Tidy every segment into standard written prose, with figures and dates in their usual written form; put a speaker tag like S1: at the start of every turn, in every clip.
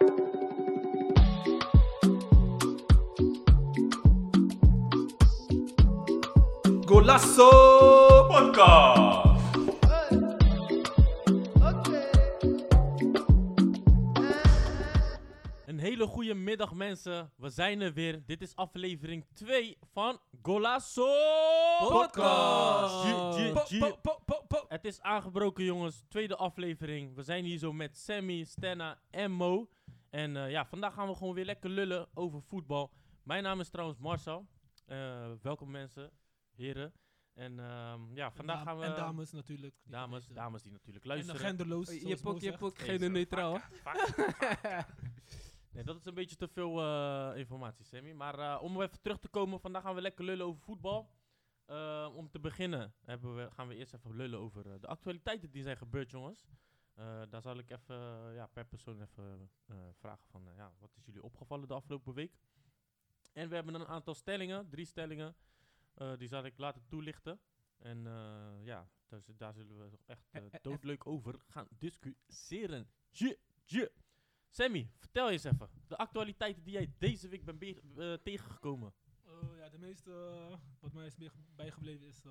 S1: Golasso Podcast.
S2: Een hele goede middag mensen, we zijn er weer. Dit is aflevering 2 van Golasso
S1: Podcast.
S2: Het is aangebroken jongens, tweede aflevering. We zijn hier zo met Sammy, Stenna en Mo. En vandaag gaan we gewoon weer lekker lullen over voetbal. Mijn naam is trouwens Marcel. Welkom mensen, heren. En vandaag gaan we...
S3: En dames natuurlijk.
S2: Dames die natuurlijk
S3: En
S2: luisteren.
S3: genderloos.
S4: Je hebt ook geen neutraal.
S2: Nee, dat is een beetje te veel informatie, Sammy. Maar om even terug te komen, vandaag gaan we lekker lullen over voetbal. Om te beginnen gaan we eerst even lullen over de actualiteiten die zijn gebeurd, jongens. Daar zal ik even per persoon even vragen van, wat is jullie opgevallen de afgelopen week? En we hebben een aantal stellingen, 3 stellingen. Die zal ik laten toelichten. En dus daar zullen we nog echt doodleuk over gaan discussiëren. Sammy, vertel eens even. De actualiteiten die jij deze week bent tegengekomen.
S3: De meeste wat mij is bijgebleven is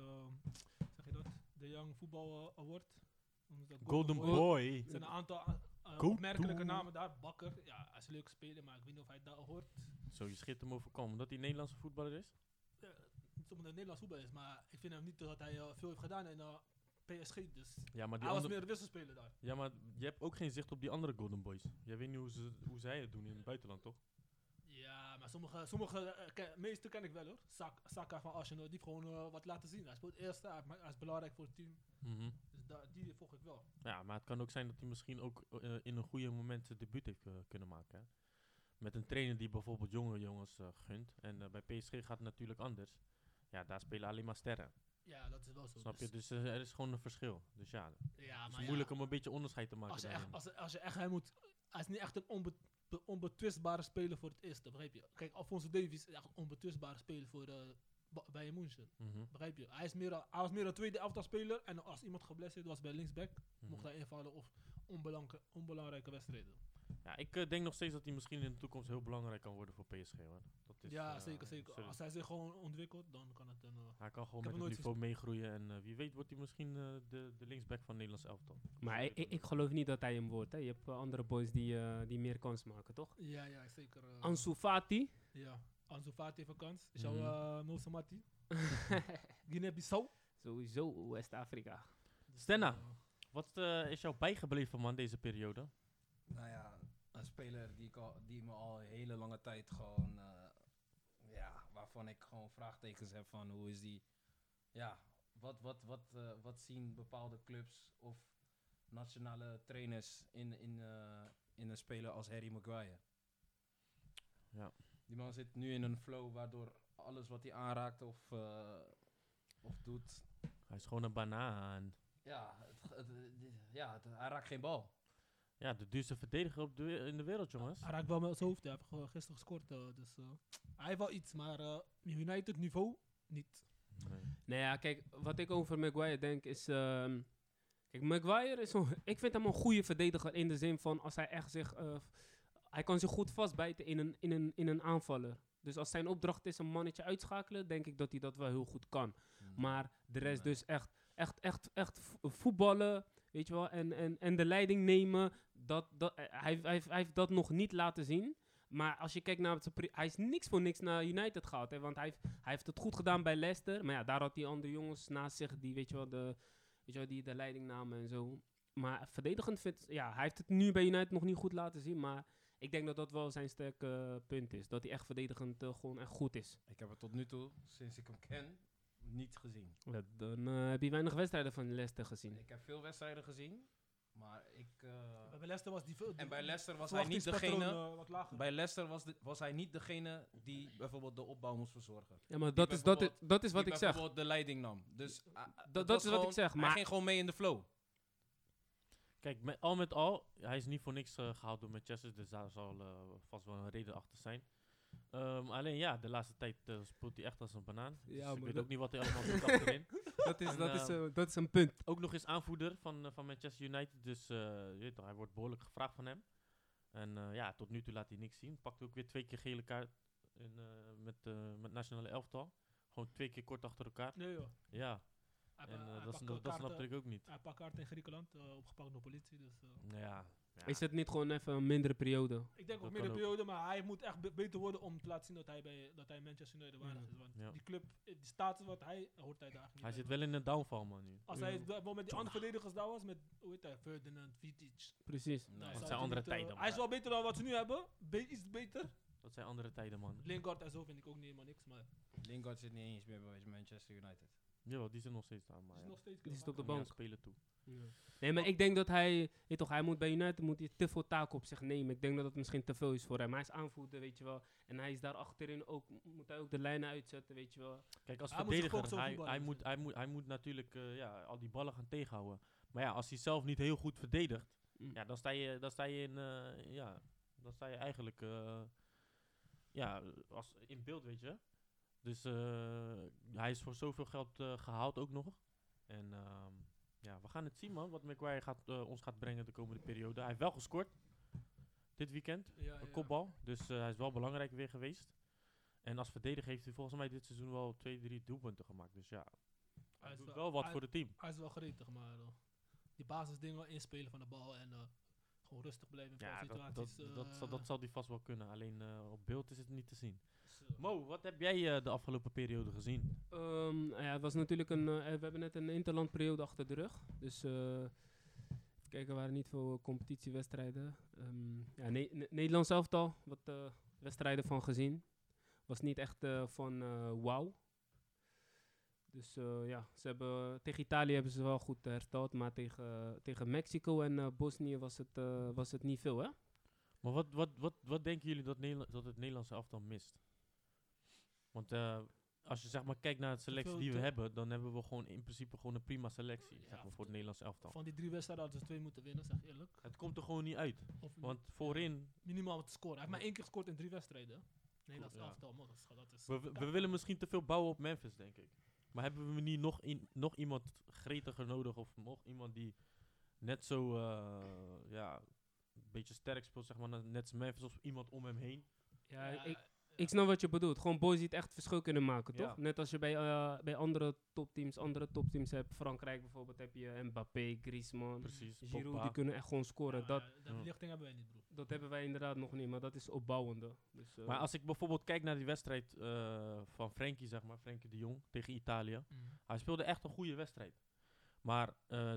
S3: de Young Football Award.
S2: Golden Boy.
S3: Er zijn een aantal opmerkelijke namen daar. Bakker, ja, hij is een leuke speler, maar ik weet niet of hij daar hoort.
S2: Zo, je schiet hem overkomen omdat hij Nederlandse voetballer is?
S3: Niet omdat hij Nederlands voetbal is, maar ik vind hem niet dat hij veel heeft gedaan in PSG. Dus
S2: Ja, maar
S3: hij was meer een wisselspeler daar.
S2: Ja, maar je hebt ook geen zicht op die andere Golden Boys. Jij weet niet hoe zij het doen in het buitenland, toch?
S3: Ja, maar sommige meeste ken ik wel hoor. Saka van Arsenal, die heeft gewoon wat laten zien. Hij speelt eerst, hij is belangrijk voor het team.
S2: Mhm.
S3: Dus die volg ik wel.
S2: Ja, maar het kan ook zijn dat hij misschien ook in een goede moment zijn debuut heeft kunnen maken. Hè? Met een trainer die bijvoorbeeld jonge jongens gunt. En bij PSG gaat het natuurlijk anders. Ja, daar spelen alleen maar sterren.
S3: Ja, dat is wel zo.
S2: Snap je? Dus er is gewoon een verschil. Dus ja,
S3: Ja,
S2: het
S3: maar
S2: is moeilijk om een beetje onderscheid te maken.
S3: als je echt, hij is niet echt een onbetwistbare speler voor het eerste, begrijp je? Kijk, Alphonso Davies is echt een onbetwistbare speler voor Bayern München.
S2: Mhm.
S3: Begrijp je? Hij was meer een tweede elftal speler en als iemand geblesseerd was bij linksback, mocht hij invallen of onbelangrijke wedstrijden.
S2: Ja, ik denk nog steeds dat hij misschien in de toekomst heel belangrijk kan worden voor PSG. Hoor. Dat is,
S3: Ja, zeker. Als hij zich gewoon ontwikkelt, dan kan het
S2: hij kan gewoon met het niveau meegroeien en wie weet wordt hij misschien de linksback van Nederlands elftal.
S4: Maar ik geloof niet dat hij hem wordt. Hè. Je hebt andere boys die meer kans maken, toch?
S3: Ja, zeker.
S4: Ansu Fati.
S3: Ja, Ansu Fati heeft een kans. Is jouw Nosamati? Guinea-Bissau?
S4: Sowieso West-Afrika.
S3: Dus,
S2: Stenna, wat is jou bijgebleven man deze periode?
S1: Nou ja, een speler die me al een hele lange tijd gewoon, waarvan ik gewoon vraagtekens heb van hoe is die, wat zien bepaalde clubs of nationale trainers in een speler als Harry Maguire.
S2: Ja.
S1: Die man zit nu in een flow waardoor alles wat hij aanraakt of doet,
S2: Hij is gewoon een banaan.
S1: hij raakt geen bal.
S2: Ja, de duurste verdediger in de wereld, jongens.
S3: Hij raakt wel met zijn hoofd. Hij heeft gisteren gescoord. Dus hij heeft wel iets, maar United niveau niet.
S2: Nee.
S4: Nou ja, kijk, wat ik over Maguire denk is... kijk, Maguire is ik vind hem een goede verdediger in de zin van als hij echt hij kan zich goed vastbijten in een aanvaller. Dus als zijn opdracht is een mannetje uitschakelen, denk ik dat hij dat wel heel goed kan. Maar de rest dus echt voetballen, weet je wel, en de leiding nemen, hij heeft dat nog niet laten zien. Maar als je kijkt naar hij is niks voor niks naar United gehaald, hè, want hij heeft het goed gedaan bij Leicester. Maar ja, daar had hij andere jongens naast zich die, weet je wel, die de leiding namen en zo. Maar verdedigend hij heeft het nu bij United nog niet goed laten zien, maar ik denk dat dat wel zijn sterke punt is. Dat hij echt verdedigend gewoon echt goed is.
S1: Ik heb het tot nu toe, sinds ik hem ken, niet gezien.
S4: Ja, dan heb je weinig wedstrijden van Leicester gezien.
S1: Ik heb veel wedstrijden gezien, maar
S3: Bij Leicester was die veel.
S1: en bij Leicester was hij niet degene.
S3: wat lager.
S1: Bij Leicester was hij niet degene die bijvoorbeeld de opbouw moest verzorgen.
S4: Ja, maar
S1: Die
S4: dat is wat ik
S1: die
S4: zeg.
S1: bijvoorbeeld de leiding nam. Dus
S4: Dat is wat ik zeg.
S1: Hij
S4: Maar
S1: ging gewoon mee in de flow.
S2: Kijk, met al, hij is niet voor niks gehaald door Manchester, dus daar zal vast wel een reden achter zijn. Alleen ja, de laatste tijd speelt hij echt als een banaan.
S4: Ja,
S2: Dus ik
S4: maar
S2: weet
S4: dat-
S2: ook niet wat hij allemaal doet achterin.
S4: dat is een punt.
S2: Ook nog eens aanvoerder van Manchester United, dus je weet toch, hij wordt behoorlijk gevraagd van hem. En ja, tot nu toe laat hij niks zien. Pakt ook weer 2 keer gele kaart met nationale elftal. Gewoon 2 keer kort achter elkaar.
S3: Nee joh.
S2: Ja,
S3: Hij
S2: en
S3: pa- hij
S2: dat
S3: pakt kaarten-
S2: snapte ik ook niet.
S3: Hij pakt kaarten in Griekenland, opgepakt door politie. Dus,
S2: Ja.
S4: Is het niet gewoon even een mindere periode?
S3: ik denk ook
S2: Dat
S3: meer de
S2: kan ook.
S3: periode, maar hij moet echt beter worden om te laten zien dat hij Manchester United waardig is. Want
S2: Ja.
S3: die club, die status wat hij hoort hij daar eigenlijk
S2: Hij
S3: niet
S2: zit
S3: bij.
S2: wel in een downfall, man, nu.
S3: Als hij wel met die andere verdedigers daar was, met hoe heet hij, Ferdinand, Vitic.
S4: Precies.
S3: dan
S1: Nee,
S3: zou
S2: dat
S3: hij
S2: zijn andere
S3: niet,
S2: tijden,
S3: Hij is
S2: man.
S3: wel beter dan wat ze nu hebben. Iets beter.
S2: Dat zijn andere tijden, man.
S3: Lingard en zo vind ik ook niet helemaal niks, maar
S1: Lingard zit niet eens meer bij Manchester United.
S2: Jawel, die zit nog steeds daar, maar
S3: is
S2: ja.
S3: nog steeds
S4: Die zit op de
S2: Kan niet aan
S4: bank.
S2: spelen toe.
S4: Nee, maar ik denk dat hij moet bij United moet hij te veel taken op zich nemen. Ik denk dat het misschien te veel is voor hem. Hij is aanvoerder, weet je wel. En hij is daar achterin ook, moet hij ook de lijnen uitzetten, weet je wel.
S2: Kijk, als
S3: Hij moet zich
S2: verdediger,
S3: focussen op voetballen,
S2: hij moet natuurlijk al die ballen gaan tegenhouden. Maar ja, als hij zelf niet heel goed verdedigt,
S4: Mm.
S2: ja, dan sta je eigenlijk in beeld, weet je. Dus hij is voor zoveel geld gehaald ook nog. En ja, we gaan het zien, man, wat Maguire ons gaat brengen de komende periode. Hij heeft wel gescoord dit weekend, een kopbal. Dus hij is wel belangrijk weer geweest. En als verdediger heeft hij volgens mij dit seizoen wel 2-3 doelpunten gemaakt. Dus ja, hij
S3: is
S2: doet
S3: wel-
S2: wel wat
S3: hij-
S2: voor het team.
S3: Hij is wel gretig, maar die basisdingen, inspelen van de bal en gewoon rustig blijven in
S2: Ja,
S3: situaties.
S2: dat zal hij vast wel kunnen. Alleen op beeld is het niet te zien.
S3: dus,
S2: Mo, wat heb jij de afgelopen periode gezien?
S4: Ja, het was natuurlijk we hebben net een interlandperiode achter de rug. Dus even kijken, er waren niet veel competitiewedstrijden. Ja, Nederlands elftal, wat wedstrijden van gezien. Was niet echt van wauw. Dus ja, tegen Italië hebben ze wel goed hersteld. Maar tegen Mexico en Bosnië was het niet veel, hè?
S2: Maar wat denken jullie dat het Nederlandse elftal mist? Want als je zeg maar kijkt naar de selectie
S3: veel
S2: die we
S3: te-
S2: hebben, dan hebben we gewoon in principe gewoon een prima selectie
S3: Ja,
S2: zeg maar, voor het Nederlandse elftal.
S3: Van die 3 wedstrijden hadden ze 2 moeten winnen, zeg eerlijk.
S2: Het komt er gewoon niet uit.
S3: Of
S2: Want voorin,
S3: minimaal moeten scoren. Hij heeft maar 1 keer gescoord in 3 wedstrijden. Nederlands
S2: Ja.
S3: elftal, man, dat is...
S2: we willen misschien te veel bouwen op Memphis, denk ik. Maar hebben we niet nog iemand gretiger nodig of nog iemand die net zo een beetje sterk speelt, zeg maar, net als Memphis of iemand om hem heen?
S4: Ja, ik snap wat je bedoelt. Gewoon boys die het echt verschil kunnen maken,
S2: Ja.
S4: toch? Net als je bij andere topteams hebt. Frankrijk bijvoorbeeld heb je Mbappé, Griezmann,
S2: Precies.
S4: Giroud.
S2: Pogba.
S4: Die kunnen echt gewoon scoren. Dat
S3: de lichting hebben wij niet, bro.
S4: dat hebben wij inderdaad nog niet, maar dat is opbouwende. Dus,
S2: Maar als ik bijvoorbeeld kijk naar die wedstrijd van Frenkie, zeg maar, Frenkie de Jong tegen Italië. Hij speelde echt een goede wedstrijd. Maar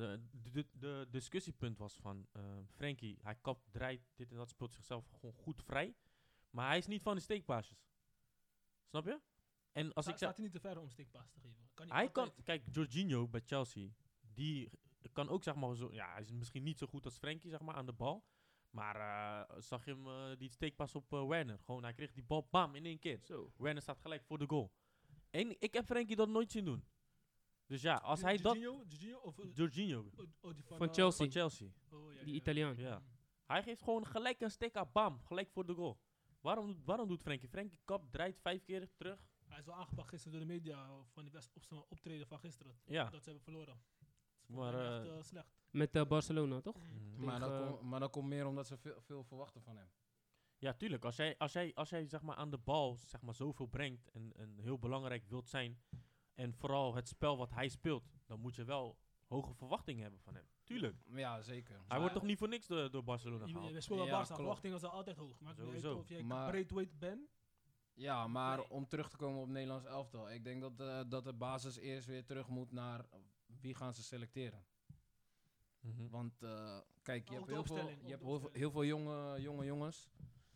S2: de discussiepunt was van Frenkie, hij kapt, draait, dit en dat, speelt zichzelf gewoon goed vrij. Maar hij is niet van de steekpaasjes. Snap je? En als ik zeg,
S3: Staat hij niet te ver om steekpaas te geven? Kan
S2: hij kan,
S3: altijd.
S2: kijk, Jorginho bij Chelsea, die kan ook, zeg maar, zo, ja, hij is misschien niet zo goed als Frenkie, zeg maar, aan de bal. Maar zag je hem die steekpas op Werner? Gewoon, hij kreeg die bal, bam, in één keer.
S4: zo.
S2: Werner staat gelijk voor de goal. En ik heb Frenkie dat nooit zien doen. Dus ja, als hij dat...
S3: Jorginho of...
S2: Jorginho
S3: die
S4: Van Chelsea.
S2: van Chelsea.
S3: Oh, ja,
S4: Die
S3: ja.
S4: Italiaan.
S2: Ja. Hij geeft gewoon gelijk een steek, bam, gelijk voor de goal. Waarom doet Frenkie? Frenkie kap, draait 5 keer terug.
S3: Hij is wel aangepakt gisteren door de media van die optreden van gisteren.
S2: Ja.
S3: Dat ze hebben verloren.
S2: Maar,
S3: Echt slecht.
S4: Met Barcelona, toch?
S1: Maar
S4: Tegen-
S1: dan komt meer omdat ze veel verwachten van hem.
S2: ja, tuurlijk. Als jij zeg maar, aan de bal zeg maar, zoveel brengt en heel belangrijk wilt zijn, en vooral het spel wat hij speelt, dan moet je wel hoge verwachtingen hebben van hem. Tuurlijk.
S1: Ja, zeker.
S2: Hij
S1: Maar-
S2: wordt toch niet voor niks door Barcelona gehaald?
S3: We spelen
S1: Ja,
S3: Barca,
S1: klopt.
S3: verwachtingen zijn altijd hoog. Maar
S2: Sowieso.
S3: of jij
S1: Maar-
S3: breedweight bent.
S1: Ja, maar
S3: Nee.
S1: om terug te komen op het Nederlands elftal. Ik denk dat de basis eerst weer terug moet naar wie gaan ze selecteren.
S2: Mhm.
S1: Want kijk, je
S3: Ook
S1: hebt
S3: de
S1: heel veel,
S3: opstelling,
S1: je
S3: ook
S1: hebt
S3: de
S1: heel
S3: opstelling.
S1: veel jonge jongens.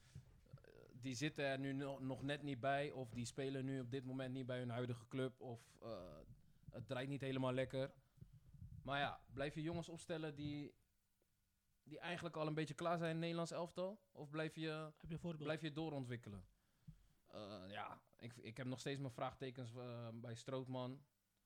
S1: Die zitten er nu nog net niet bij. Of die spelen nu op dit moment niet bij hun huidige club. Of het draait niet helemaal lekker. Maar ja, blijf je jongens opstellen die eigenlijk al een beetje klaar zijn in het Nederlands elftal? Of blijf je
S3: Heb je een voorbeeld?
S1: blijf je doorontwikkelen? Ja, ik heb nog steeds mijn vraagtekens bij Strootman,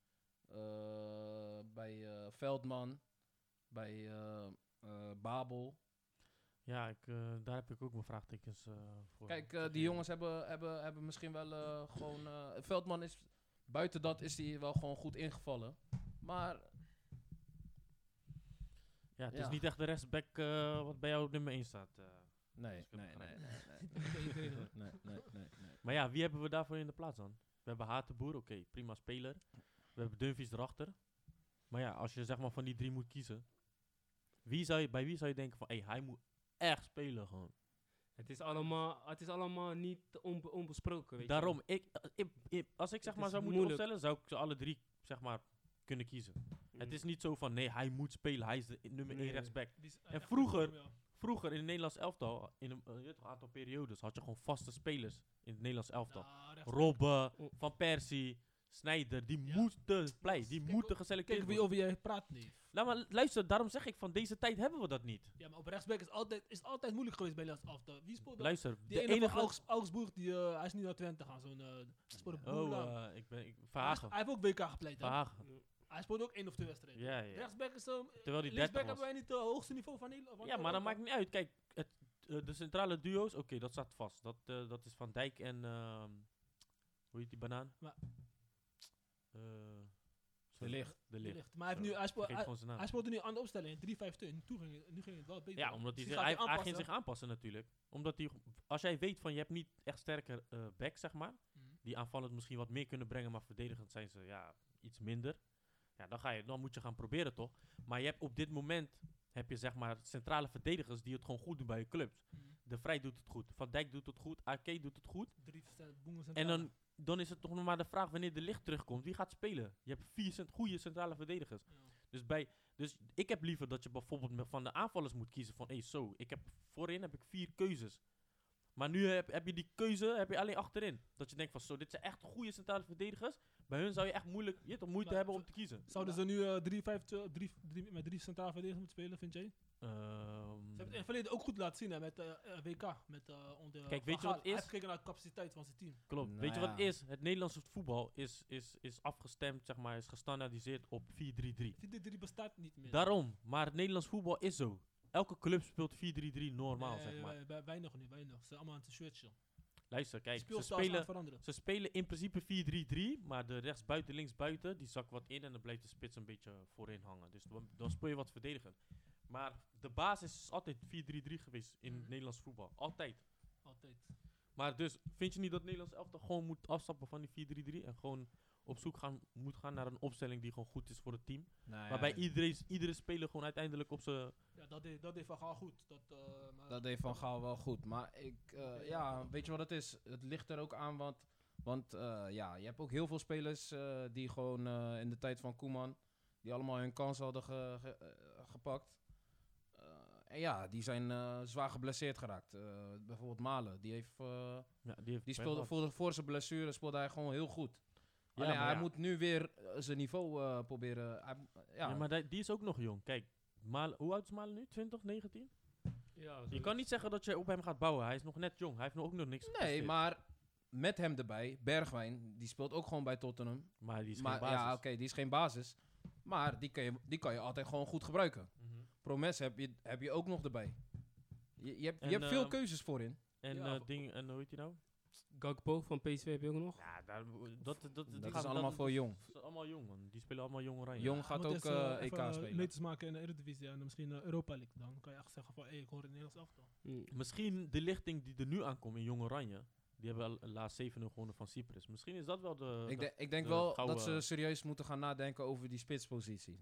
S1: bij Veldman, bij Babel.
S2: Ja, daar heb ik ook mijn vraagtekens voor.
S1: Kijk, die jongens hebben misschien wel gewoon... Veldman is... Buiten dat is hij wel gewoon goed ingevallen. Maar
S2: Ja, het is
S1: ja.
S2: niet echt de rechtsback wat bij jou op nummer 1 staat.
S1: Nee.
S2: Maar ja, wie hebben we daarvoor in de plaats dan? We hebben Hatenboer, oké, prima speler. We hebben Dumfries erachter. Maar ja, als je zeg maar van die 3 moet kiezen, bij wie zou je denken van, hij moet echt spelen gewoon.
S4: Het is allemaal niet onbesproken, weet
S2: Daarom, als ik zeg
S4: Het
S2: maar
S4: is
S2: zou moeten
S4: moeilijk.
S2: opstellen, zou ik ze alle 3 zeg maar kunnen kiezen.
S4: je.
S2: Het is niet zo van, nee, hij moet spelen, hij is de nummer 1
S4: Nee.
S2: rechtsback.
S3: Die is
S2: En
S3: echt
S2: vroeger-
S3: goed, ja.
S2: Vroeger in het Nederlands elftal, in een aantal periodes, had je gewoon vaste spelers in het Nederlands elftal.
S3: Ja, rechtsback.
S2: Robben,
S4: Oh.
S2: Van Persie, Snijder, die
S3: Ja.
S2: moeten play, die
S3: Kijk,
S2: moeten geselecteerd
S3: Kijk wie
S2: worden.
S3: over jij praat, nee.
S2: Nou, maar luister, daarom zeg ik van deze tijd hebben we dat niet.
S3: Ja, maar op rechtsback is altijd moeilijk geweest bij Nederlands elftal. Wie speelde?
S2: Luister,
S3: Die
S2: de
S3: ene
S2: enige...
S3: van Augsburg, hij is nu naar Twente gaan. Speelde Boerla.
S2: Verhagen.
S3: Hij heeft ook WK gepleit. Hè?
S2: Verhagen.
S3: Hij speelde ook 1 of 2 wedstrijden.
S2: Ja, ja.
S3: Rechtsback is
S2: Terwijl die 30
S3: linksback
S2: was.
S3: hebben wij niet het hoogste niveau van Nederland.
S2: Ja, maar dat maakt niet uit. Kijk, de centrale duo's, oké, dat staat vast. Dat is Van Dijk en... hoe heet die banaan?
S3: Maar-
S1: De Ligt.
S2: De Ligt.
S3: Maar hij, heeft nu,
S2: Vergeet gewoon zijn naam.
S3: hij speelde nu aan de opstelling 3-5-2. Nu ging het wel beter.
S2: Ja, omdat
S3: Misschien
S2: hij
S3: gaat
S2: ging
S3: aanpassen.
S2: zich aanpassen natuurlijk. Omdat als jij weet van je hebt niet echt sterke backs, zeg maar.
S3: Mhm.
S2: Die aanvallend misschien wat meer kunnen brengen, maar verdedigend zijn ze iets minder. Ja, dan moet je gaan proberen toch. Maar je hebt op dit moment heb je zeg maar centrale verdedigers die het gewoon goed doen bij je clubs.
S3: Mhm.
S2: De Vrij doet het goed, Van Dijk doet het goed, AK doet het goed.
S3: 3 boemen
S2: En dan is het toch nog maar de vraag wanneer de Licht terugkomt. Wie gaat spelen? Je hebt 4 goede centrale verdedigers. Dus ik heb liever dat je bijvoorbeeld van de aanvallers moet kiezen van voorin heb ik 4 keuzes. Maar nu heb je die keuze alleen achterin. Dat je denkt van dit zijn echt goede centrale verdedigers. Bij hun zou je echt moeite
S3: Maar
S2: hebben om te kiezen.
S3: Zouden ze nu 3 met 3 centraal verdedigers moeten spelen, vind jij? Ze hebben het in het verleden ook goed laten zien hè, met WK. Onder
S2: Kijk, weet je
S3: Van
S2: wat
S3: Gaal.
S2: het
S3: Hij
S2: is?
S3: heeft gekeken naar de capaciteit van zijn team.
S2: Klopt.
S1: Nou
S2: Weet je wat
S1: ja.
S2: het is? Het Nederlandse voetbal is afgestemd, zeg maar, is gestandaardiseerd op 4-3-3.
S3: 4-3 bestaat niet meer.
S2: Daarom, maar het Nederlands voetbal is zo. Elke club speelt 4-3-3 normaal,
S3: Nee,
S2: zeg maar.
S3: Wij nog niet, wij nog. Ze zijn allemaal aan het switchen.
S2: Luister, kijk, ze
S3: Speelstijl is aan het
S2: spelen,
S3: veranderen.
S2: ze spelen in principe 4-3-3, maar de rechtsbuiten, linksbuiten, die zakt wat in en dan blijft de spits een beetje voorin hangen. Dus dan speel je wat verdedigend. Maar de basis is altijd 4-3-3 geweest in het Nederlands voetbal. Altijd.
S3: Altijd.
S2: Maar dus, vind je niet dat Nederlands elftal gewoon moet afstappen van die 4-3-3 en gewoon op zoek moet gaan naar een opstelling die gewoon goed is voor het team?
S1: Nou ja,
S2: Waarbij iedere speler gewoon uiteindelijk op zijn...
S3: Ja, dat deed Van Gaal goed. Maar
S1: Dat deed Van Gaal wel goed. Maar weet je wat het is? Het ligt er ook aan, want je hebt ook heel veel spelers die gewoon in de tijd van Koeman, die allemaal hun kans hadden gepakt. En ja, die zijn zwaar geblesseerd geraakt. Bijvoorbeeld Malen, die speelde voor zijn blessure speelde hij gewoon heel goed.
S2: Ja,
S1: Alleen,
S2: maar
S1: hij
S2: ja.
S1: moet nu weer zijn niveau proberen.
S2: Ja, maar die is ook nog jong. Kijk, hoe oud is Malen nu? 20, 19?
S4: Ja,
S2: Je kan niet zeggen dat je op hem gaat bouwen. Hij is nog net jong. Hij heeft ook nog niks
S1: Nee,
S2: gepresteerd.
S1: maar met hem erbij, Bergwijn, die speelt ook gewoon bij Tottenham.
S2: Maar die is
S1: Maar
S2: geen basis.
S1: ja, oké, die is geen basis. Maar die kan je altijd gewoon goed gebruiken.
S2: Mhm.
S1: Promes heb je ook nog erbij. Je hebt
S2: En,
S1: veel keuzes voorin.
S2: En
S3: Ja,
S2: en hoe heet hij nou?
S4: Gakpo van PSV heb je ook nog.
S2: Ja,
S1: Dat is allemaal voor jong.
S2: Dat is allemaal jong, man. Die spelen allemaal jong oranje.
S1: Jong gaat ook EK spelen.
S3: meters maken in de Eredivisie en misschien Europa League. Dan kan je echt zeggen van, ik hoor in Nederlands elftal.
S2: Misschien de lichting die er nu aankomt in jong oranje. Die hebben al laatst 7-0 gewonnen van Cyprus. Misschien is dat wel
S1: Ik denk
S2: de
S1: wel
S2: gouden-
S1: dat ze serieus moeten gaan nadenken over die spitspositie.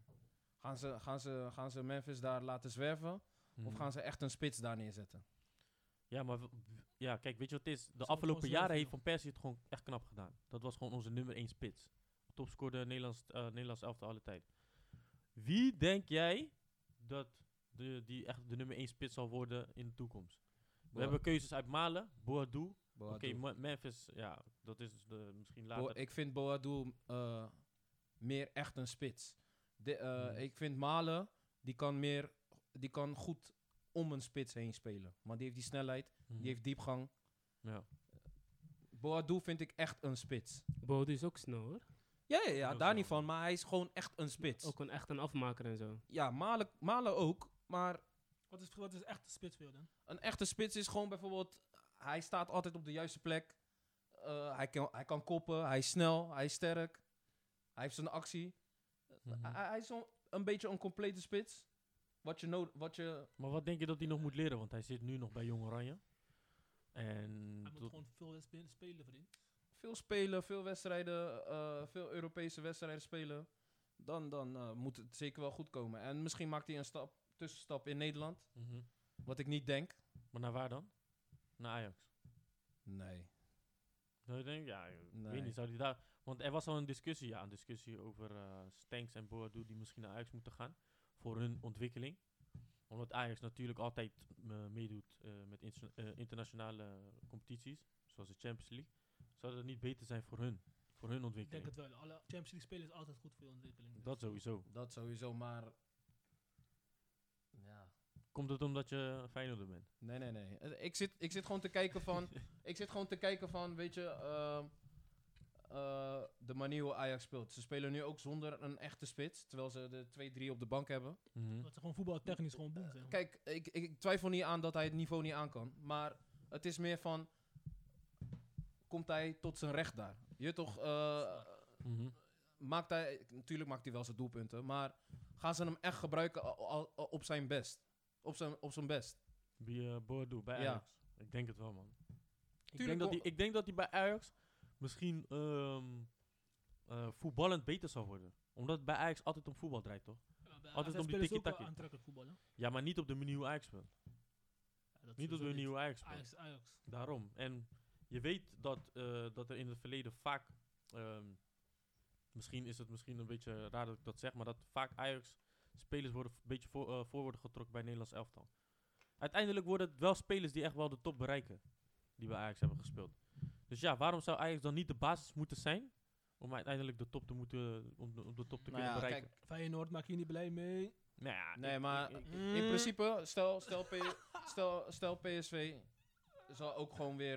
S1: Gaan ze Memphis daar laten zwerven? Of gaan ze echt een spits daar neerzetten?
S2: Ja, maar kijk, weet je wat het is? De
S3: moet
S2: afgelopen
S3: gewoon
S2: jaren
S3: zelf
S2: heeft Van Persie het gewoon echt knap gedaan. Dat was gewoon onze nummer 1 spits. Topscorer Nederlands elftal alle tijd. Wie denk jij dat die echt de nummer 1 spits zal worden in de toekomst? We hebben keuzes uit Malen, Boadou. Oké, Memphis, ja, dat is misschien later.
S1: Ik vind Boadou meer echt een spits.
S2: Hmm.
S1: Ik vind Malen, die kan goed om een spits heen spelen. Maar die heeft die snelheid,
S2: Mhm.
S1: die heeft diepgang.
S2: Ja.
S1: Boadou vind ik echt een spits.
S4: Bode is ook snel hoor.
S1: Ja,
S2: Heel
S1: daar
S2: snel.
S1: niet van, maar hij is gewoon echt een spits.
S4: Ook echt een afmaker en zo.
S1: Ja, Malen ook, maar
S3: Wat is echt een spits voor jou dan?
S1: een echte spits is gewoon bijvoorbeeld, hij staat altijd op de juiste plek. Hij kan koppen, hij is snel, hij is sterk. Hij heeft zijn actie.
S2: Mhm.
S1: Hij is een beetje een complete spits. wat je
S2: Maar wat denk je dat hij nog moet leren? Want hij zit nu nog bij Jong Oranje. En
S3: Hij moet gewoon veel spelen, vriend.
S1: veel spelen, veel wedstrijden, veel Europese wedstrijden spelen, dan moet het zeker wel goed komen. En misschien maakt hij een tussenstap in Nederland,
S2: Mhm.
S1: wat ik niet denk.
S2: Maar naar waar dan? Naar Ajax.
S1: Nee.
S2: Zou je denken? Ja, ik
S1: Nee.
S2: weet niet. Zou die daar... Want er was al een discussie over Stenks en Boadu die misschien naar Ajax moeten gaan. Voor hun ontwikkeling. Omdat Ajax natuurlijk altijd meedoet met internationale competities. Zoals de Champions League. Zou dat niet beter zijn voor hun? Voor hun
S3: Ik denk
S2: ontwikkeling?
S3: het wel. Alle Champions League spelen is altijd goed voor je ontwikkeling. Dus.
S2: Dat sowieso.
S1: Dat sowieso, maar ja.
S2: Komt het omdat je Feyenoorder bent?
S1: Nee. Ik zit gewoon te kijken van, weet je, de manier hoe Ajax speelt. Ze spelen nu ook zonder een echte spits, terwijl ze de 2-3 op de bank hebben.
S2: Mhm.
S3: Dat ze gewoon voetbaltechnisch gewoon boem zijn.
S1: Kijk, ik twijfel niet aan dat hij het niveau niet aan kan. Maar het is meer van, komt hij tot zijn recht daar? Je toch,
S2: Mhm.
S1: natuurlijk maakt hij wel zijn doelpunten. Maar gaan ze hem echt gebruiken op zijn best? Op zijn best?
S2: Wie Boadu bij
S1: Ja.
S2: Ajax? Ik denk het wel, man.
S1: Tuurlijk
S2: Ik denk dat hij bij Ajax misschien voetballend beter zal worden. Omdat het bij Ajax altijd om voetbal draait, toch? Altijd om die tiki-taki.
S3: Aantrekkelijk voetbal, hè?
S2: Ja, maar niet op de manier hoe Ajax speelt.
S3: Ja, dat
S2: Niet op de
S3: sowieso
S2: manier hoe Ajax speelt.
S3: Ajax.
S2: Daarom. En je weet dat er in het verleden vaak... misschien is het misschien een beetje raar dat ik dat zeg, maar dat vaak Ajax-spelers worden een beetje voor worden getrokken bij Nederlands elftal. Uiteindelijk worden het wel spelers die echt wel de top bereiken. Die bij Ajax hebben gespeeld. Dus ja, waarom zou Ajax dan niet de basis moeten zijn? Om uiteindelijk de top te moeten, om de top te
S1: Nou
S2: kunnen
S1: ja,
S2: bereiken.
S1: kijk,
S3: Feyenoord maak je niet blij mee.
S2: Nou ja,
S1: nee, maar
S2: ik-
S1: in principe, stel PSV zal ook gewoon weer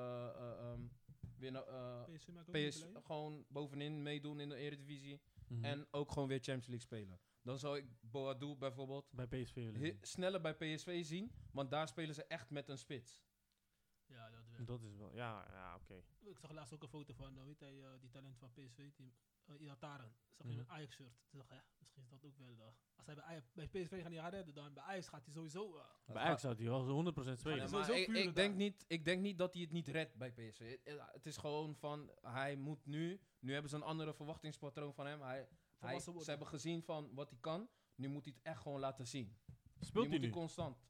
S3: PSV maak ook niet blij.
S1: gewoon bovenin meedoen in de Eredivisie.
S2: Mhm.
S1: En ook gewoon weer Champions League spelen. Dan zou ik Boadu bijvoorbeeld
S2: bij PSV willen zien.
S1: sneller bij PSV zien. Want daar spelen ze echt met een spits.
S3: Ja, dat wel.
S2: Dat is wel, ja, oké.
S3: Ik zag laatst ook een foto van, weet hij, die talent van PSV-team. Iataren. Zag je
S2: Mhm.
S3: een Ajax-shirt. Toen dacht ik, ja, misschien is dat ook wel. Als hij bij PSV gaat niet gaan redden, dan bij Ajax gaat hij sowieso.
S2: Bij Ajax zou hij wel zo 100% spelen.
S3: Ja,
S1: Nee,
S3: maar
S1: maar
S3: sowieso
S1: ik
S3: vuren
S1: denk niet dat hij het niet redt bij PSV. Het is gewoon van, hij moet nu hebben ze een andere verwachtingspatroon van hem.
S3: Volwassen
S1: Ze
S3: worden.
S1: hebben gezien van wat hij kan. Nu moet hij het echt gewoon laten zien.
S2: Speelt hij
S1: moet
S2: nu?
S1: constant.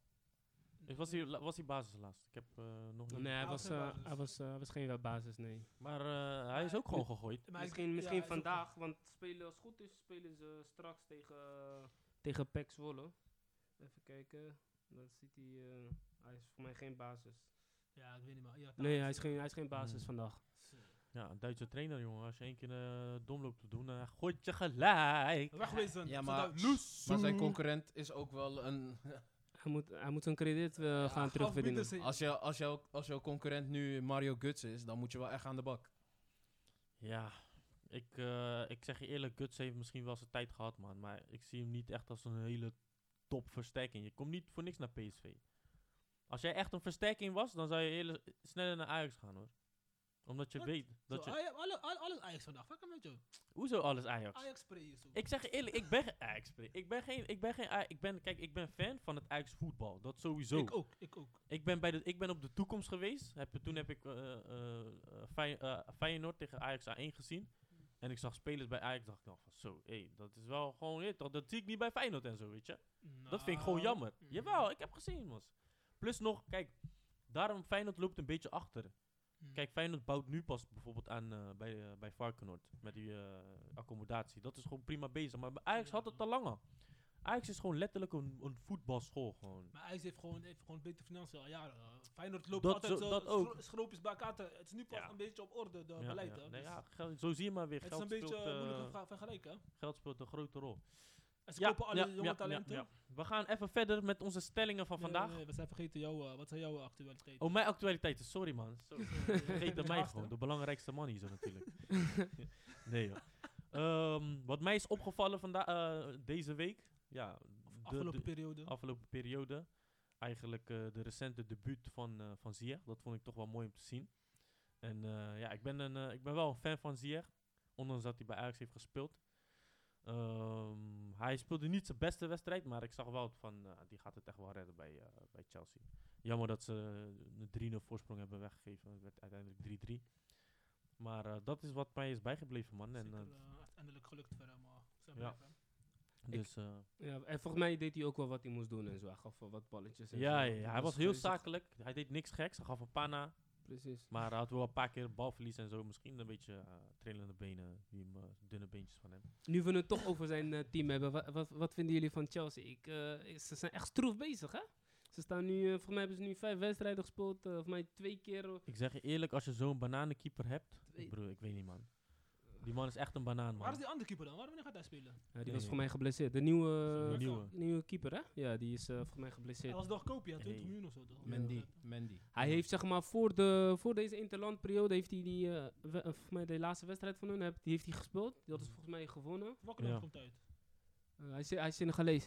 S2: Was hij basis laatst? Ik heb nog niet...
S4: Nee,
S3: Hij was geen basis.
S4: hij was geen basis, nee.
S2: Maar hij is ook gewoon gegooid.
S3: Maar
S4: Misschien
S3: hij is ook-
S4: vandaag, want spelen, als het goed is, spelen ze straks tegen PEC Zwolle. Even kijken. Dan ziet hij is voor mij geen basis.
S3: Ja, ik weet niet, maar Iataren
S4: Nee, hij is geen basis
S2: Hmm.
S4: vandaag.
S2: Ja, een Duitse trainer, jongen. Als je één keer dom loopt te doen, dan gooit je gelijk.
S3: Wegwezen.
S1: Ja,
S3: zodat-
S1: maar zijn concurrent is ook wel een...
S4: Hij moet zijn krediet gaan
S3: afbieden
S4: terugverdienen.
S3: ze-
S1: Als jouw concurrent nu Mario Götze is, dan moet je wel echt aan de bak.
S2: Ja, ik zeg je eerlijk, Guts heeft misschien wel zijn tijd gehad, man. Maar ik zie hem niet echt als een hele top versterking. Je komt niet voor niks naar PSV. Als jij echt een versterking was, dan zou je sneller naar Ajax gaan, hoor. Omdat je
S3: Wat?
S2: weet dat
S3: Zo,
S2: je...
S3: alles Ajax vandaag. Fuck hem met jou.
S2: Hoezo alles Ajax?
S3: Ajax spray is zo.
S2: Ik zeg je eerlijk, ik ben geen Ajax. Kijk, ik ben fan van het Ajax voetbal. Dat sowieso.
S3: Ik ook.
S2: Ik ben op de toekomst geweest. Toen heb ik Feyenoord tegen Ajax A1 gezien. En ik zag spelers bij Ajax. Dacht ik nog van zo, dat is wel gewoon... Dat zie ik niet bij Feyenoord en zo, weet je. Dat vind ik gewoon jammer.
S3: mm.
S2: Jawel, ik heb gezien, mos. Plus nog, kijk, daarom Feyenoord loopt een beetje achter. Kijk, Feyenoord bouwt nu pas bijvoorbeeld aan bij Varkenoord. Met die accommodatie. Dat is gewoon prima bezig. Maar bij Ajax had het al langer. Ajax is gewoon letterlijk een voetbalschool gewoon.
S3: Maar Ajax heeft gewoon beter financiën al jaren. Feyenoord loopt
S2: Dat
S3: altijd
S2: zo- dat ook.
S3: schroopjes bij elkaar. Het is nu pas
S2: Ja.
S3: een beetje op orde, de
S2: Ja,
S3: beleid.
S2: ja.
S3: Hè.
S2: Nee,
S3: Dus
S2: ja, zo zie je maar weer.
S3: het is een beetje moeilijk te vergelijken. Hè.
S2: Geld speelt een grote rol.
S3: En ze kopen alle jonge talenten.
S2: ja. We gaan even verder met onze stellingen van vandaag.
S3: Nee, we zijn vergeten wat zijn jouw actualiteiten?
S2: Oh, mijn actualiteiten. Sorry, man. Vergeet mij
S3: Haast,
S2: gewoon.
S3: hè?
S2: De belangrijkste man hier zo natuurlijk. Nee, joh. Wat mij is opgevallen deze week. Ja,
S3: Afgelopen periode.
S2: Eigenlijk de recente debuut van Ziyech. Dat vond ik toch wel mooi om te zien. En ik ben wel een fan van Ziyech. Ondanks dat hij bij Ajax heeft gespeeld. Hij speelde niet zijn beste wedstrijd, maar ik zag wel van, die gaat het echt wel redden bij Chelsea. Jammer dat ze een 3-0 voorsprong hebben weggegeven. Het werd uiteindelijk 3-3. Maar dat is wat mij is bijgebleven, man. En,
S3: Zeker, uiteindelijk gelukt voor hem.
S2: Ja. Dus,
S4: Ja, en volgens mij deed hij ook wel wat hij moest doen en zo. Hij gaf wel wat balletjes en
S2: ja,
S4: zo.
S2: hij was heel zakelijk. Hij deed niks geks. Hij gaf een panna.
S4: Precies.
S2: Maar hij had wel een paar keer balverlies en zo. Misschien een beetje trillende benen. Die dunne beentjes van hem.
S4: Nu we het toch over zijn team hebben, wat vinden jullie van Chelsea? Ze zijn echt stroef bezig, hè? Ze staan nu, volgens mij hebben ze nu 5 wedstrijden gespeeld. Volgens mij 2 keer.
S2: Ik zeg je eerlijk, als je zo'n bananenkeeper hebt...
S4: Twee-
S2: Broer, ik weet niet, man. Die man is echt een banaan,
S3: Waar is
S2: man.
S3: die andere keeper dan? Wanneer gaat hij spelen?
S4: Ja, die
S2: Nee.
S4: was voor mij geblesseerd. De nieuwe,
S2: Nieuwe.
S4: nieuwe keeper, hè? Ja, die is volgens mij
S3: Hij
S4: geblesseerd.
S3: was nog koopje, 20
S2: Hey.
S3: miljoen of zo. toch?
S1: Mandy.
S4: Hij heeft zeg maar voor deze interlandperiode heeft hij volgens mij de laatste wedstrijd van hun, die heeft hij gespeeld. Die hadden ze volgens mij gewonnen.
S3: Welke
S2: Ja.
S3: land komt uit?
S4: Hij is Senegalees.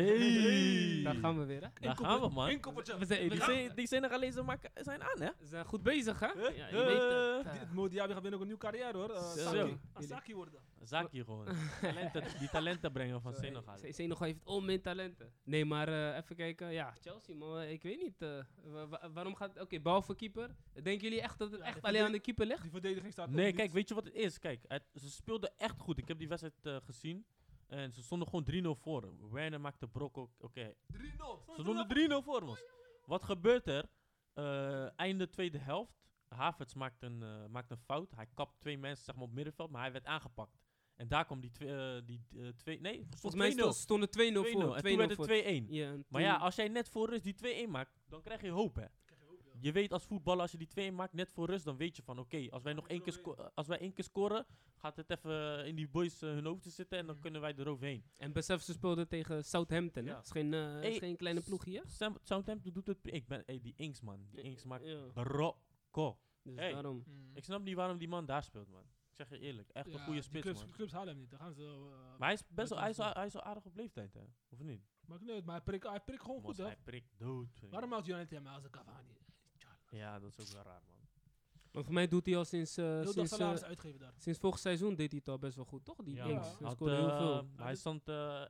S2: Hey!
S4: Daar gaan we weer, hè?
S2: Daar gaan we, man.
S3: Inkoppertje.
S4: We zijn,
S2: Die Senegalezen zijn aan, hè?
S4: ze zijn goed bezig, hè? Ja, je weet het.
S3: Modiabi gaat binnen ook een nieuwe carrière hoor.
S2: Zo.
S3: Asaki worden.
S2: Zaki gewoon. Die talenten brengen van Senegal.
S4: Senegal heeft onmin talenten. Nee, maar even kijken. Ja, Chelsea, man. Ik weet niet. Waarom gaat... Oké, behalve keeper. Denken jullie echt dat het
S3: Ja,
S4: echt
S3: de
S4: alleen aan de keeper ligt?
S3: Die verdediging staat ook
S2: Nee,
S3: niet.
S2: kijk, weet je wat het is? Kijk, ze speelden echt goed. Ik heb die wedstrijd gezien. En ze stonden gewoon 3-0 voor. Werner maakte brok ook. Oké.
S3: 3-0.
S2: Ze stonden 3-0 voor ons. Wat gebeurt er? Einde tweede helft. Havertz maakt een fout. Hij kapt 2 mensen zeg maar, op middenveld, maar hij werd aangepakt. En daar kwam die 2... Nee,
S4: Volgens mij stonden 2-0 voor.
S2: En toen werd
S4: voor.
S2: het 2-1.
S4: Ja, en
S2: Maar
S4: toen-
S2: ja, als jij net voor rust die 2-1 maakt, dan krijg je hoop, hè. Je weet als voetballer, als je die 2-1 maakt net voor rust, dan weet je van oké, als wij nog als wij 1 keer scoren, gaat het even in die boys hun hoofd zitten en dan kunnen wij eroverheen.
S4: En besef, ze speelden tegen Southampton, hè?
S2: Ja.
S4: Dat is geen kleine ploegje, hè?
S2: Southampton doet het. Die Inks, man. Die Inks maakt
S4: Ja,
S2: brokko.
S4: dus
S2: Hey.
S4: daarom.
S2: Ik snap niet waarom die man daar speelt, man. Ik zeg je eerlijk, echt een goede spits,
S3: clubs,
S2: man.
S3: clubs halen hem niet. Dan gaan ze...
S2: Maar hij is best wel,
S3: buiten
S2: hij is al aardig op leeftijd, hè? Of niet?
S3: Maakt niet uit, maar hij prikt gewoon goed, hè.
S2: Hij prikt dood. vind ik.
S3: Waarom houdt United hem als een Cavani?
S2: Ja, dat is ook wel raar, man.
S4: Maar voor mij doet hij al sinds,
S3: Heel dag
S4: sinds,
S3: salaris uitgeven daar.
S4: sinds vorig seizoen deed hij het al best wel goed, toch? Die
S2: Ja,
S4: Inks.
S3: man.
S4: Hij
S2: Had,
S4: scoorde heel veel.
S2: hij stond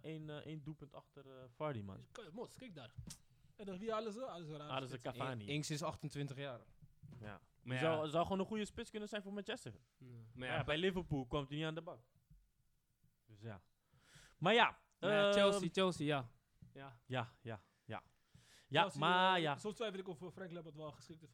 S2: 1 doelpunt achter Vardy, man.
S3: Mos, kijk daar. En dan wie halen ze? Alles raar.
S2: Ah, dat is een Cavani.
S1: Inks is 28 jaar.
S2: Ja.
S4: Maar
S2: Die
S4: ja.
S2: zou gewoon een goede spits kunnen zijn voor Manchester.
S4: Ja.
S2: Maar
S4: Maar
S2: ja, bij Liverpool kwam hij niet aan de bank. Dus ja. Maar ja.
S4: Chelsea, ja. Ja.
S2: Ja. Ja, maar ja.
S3: Soms twijfel ik of Frank Lampard wel geschikt is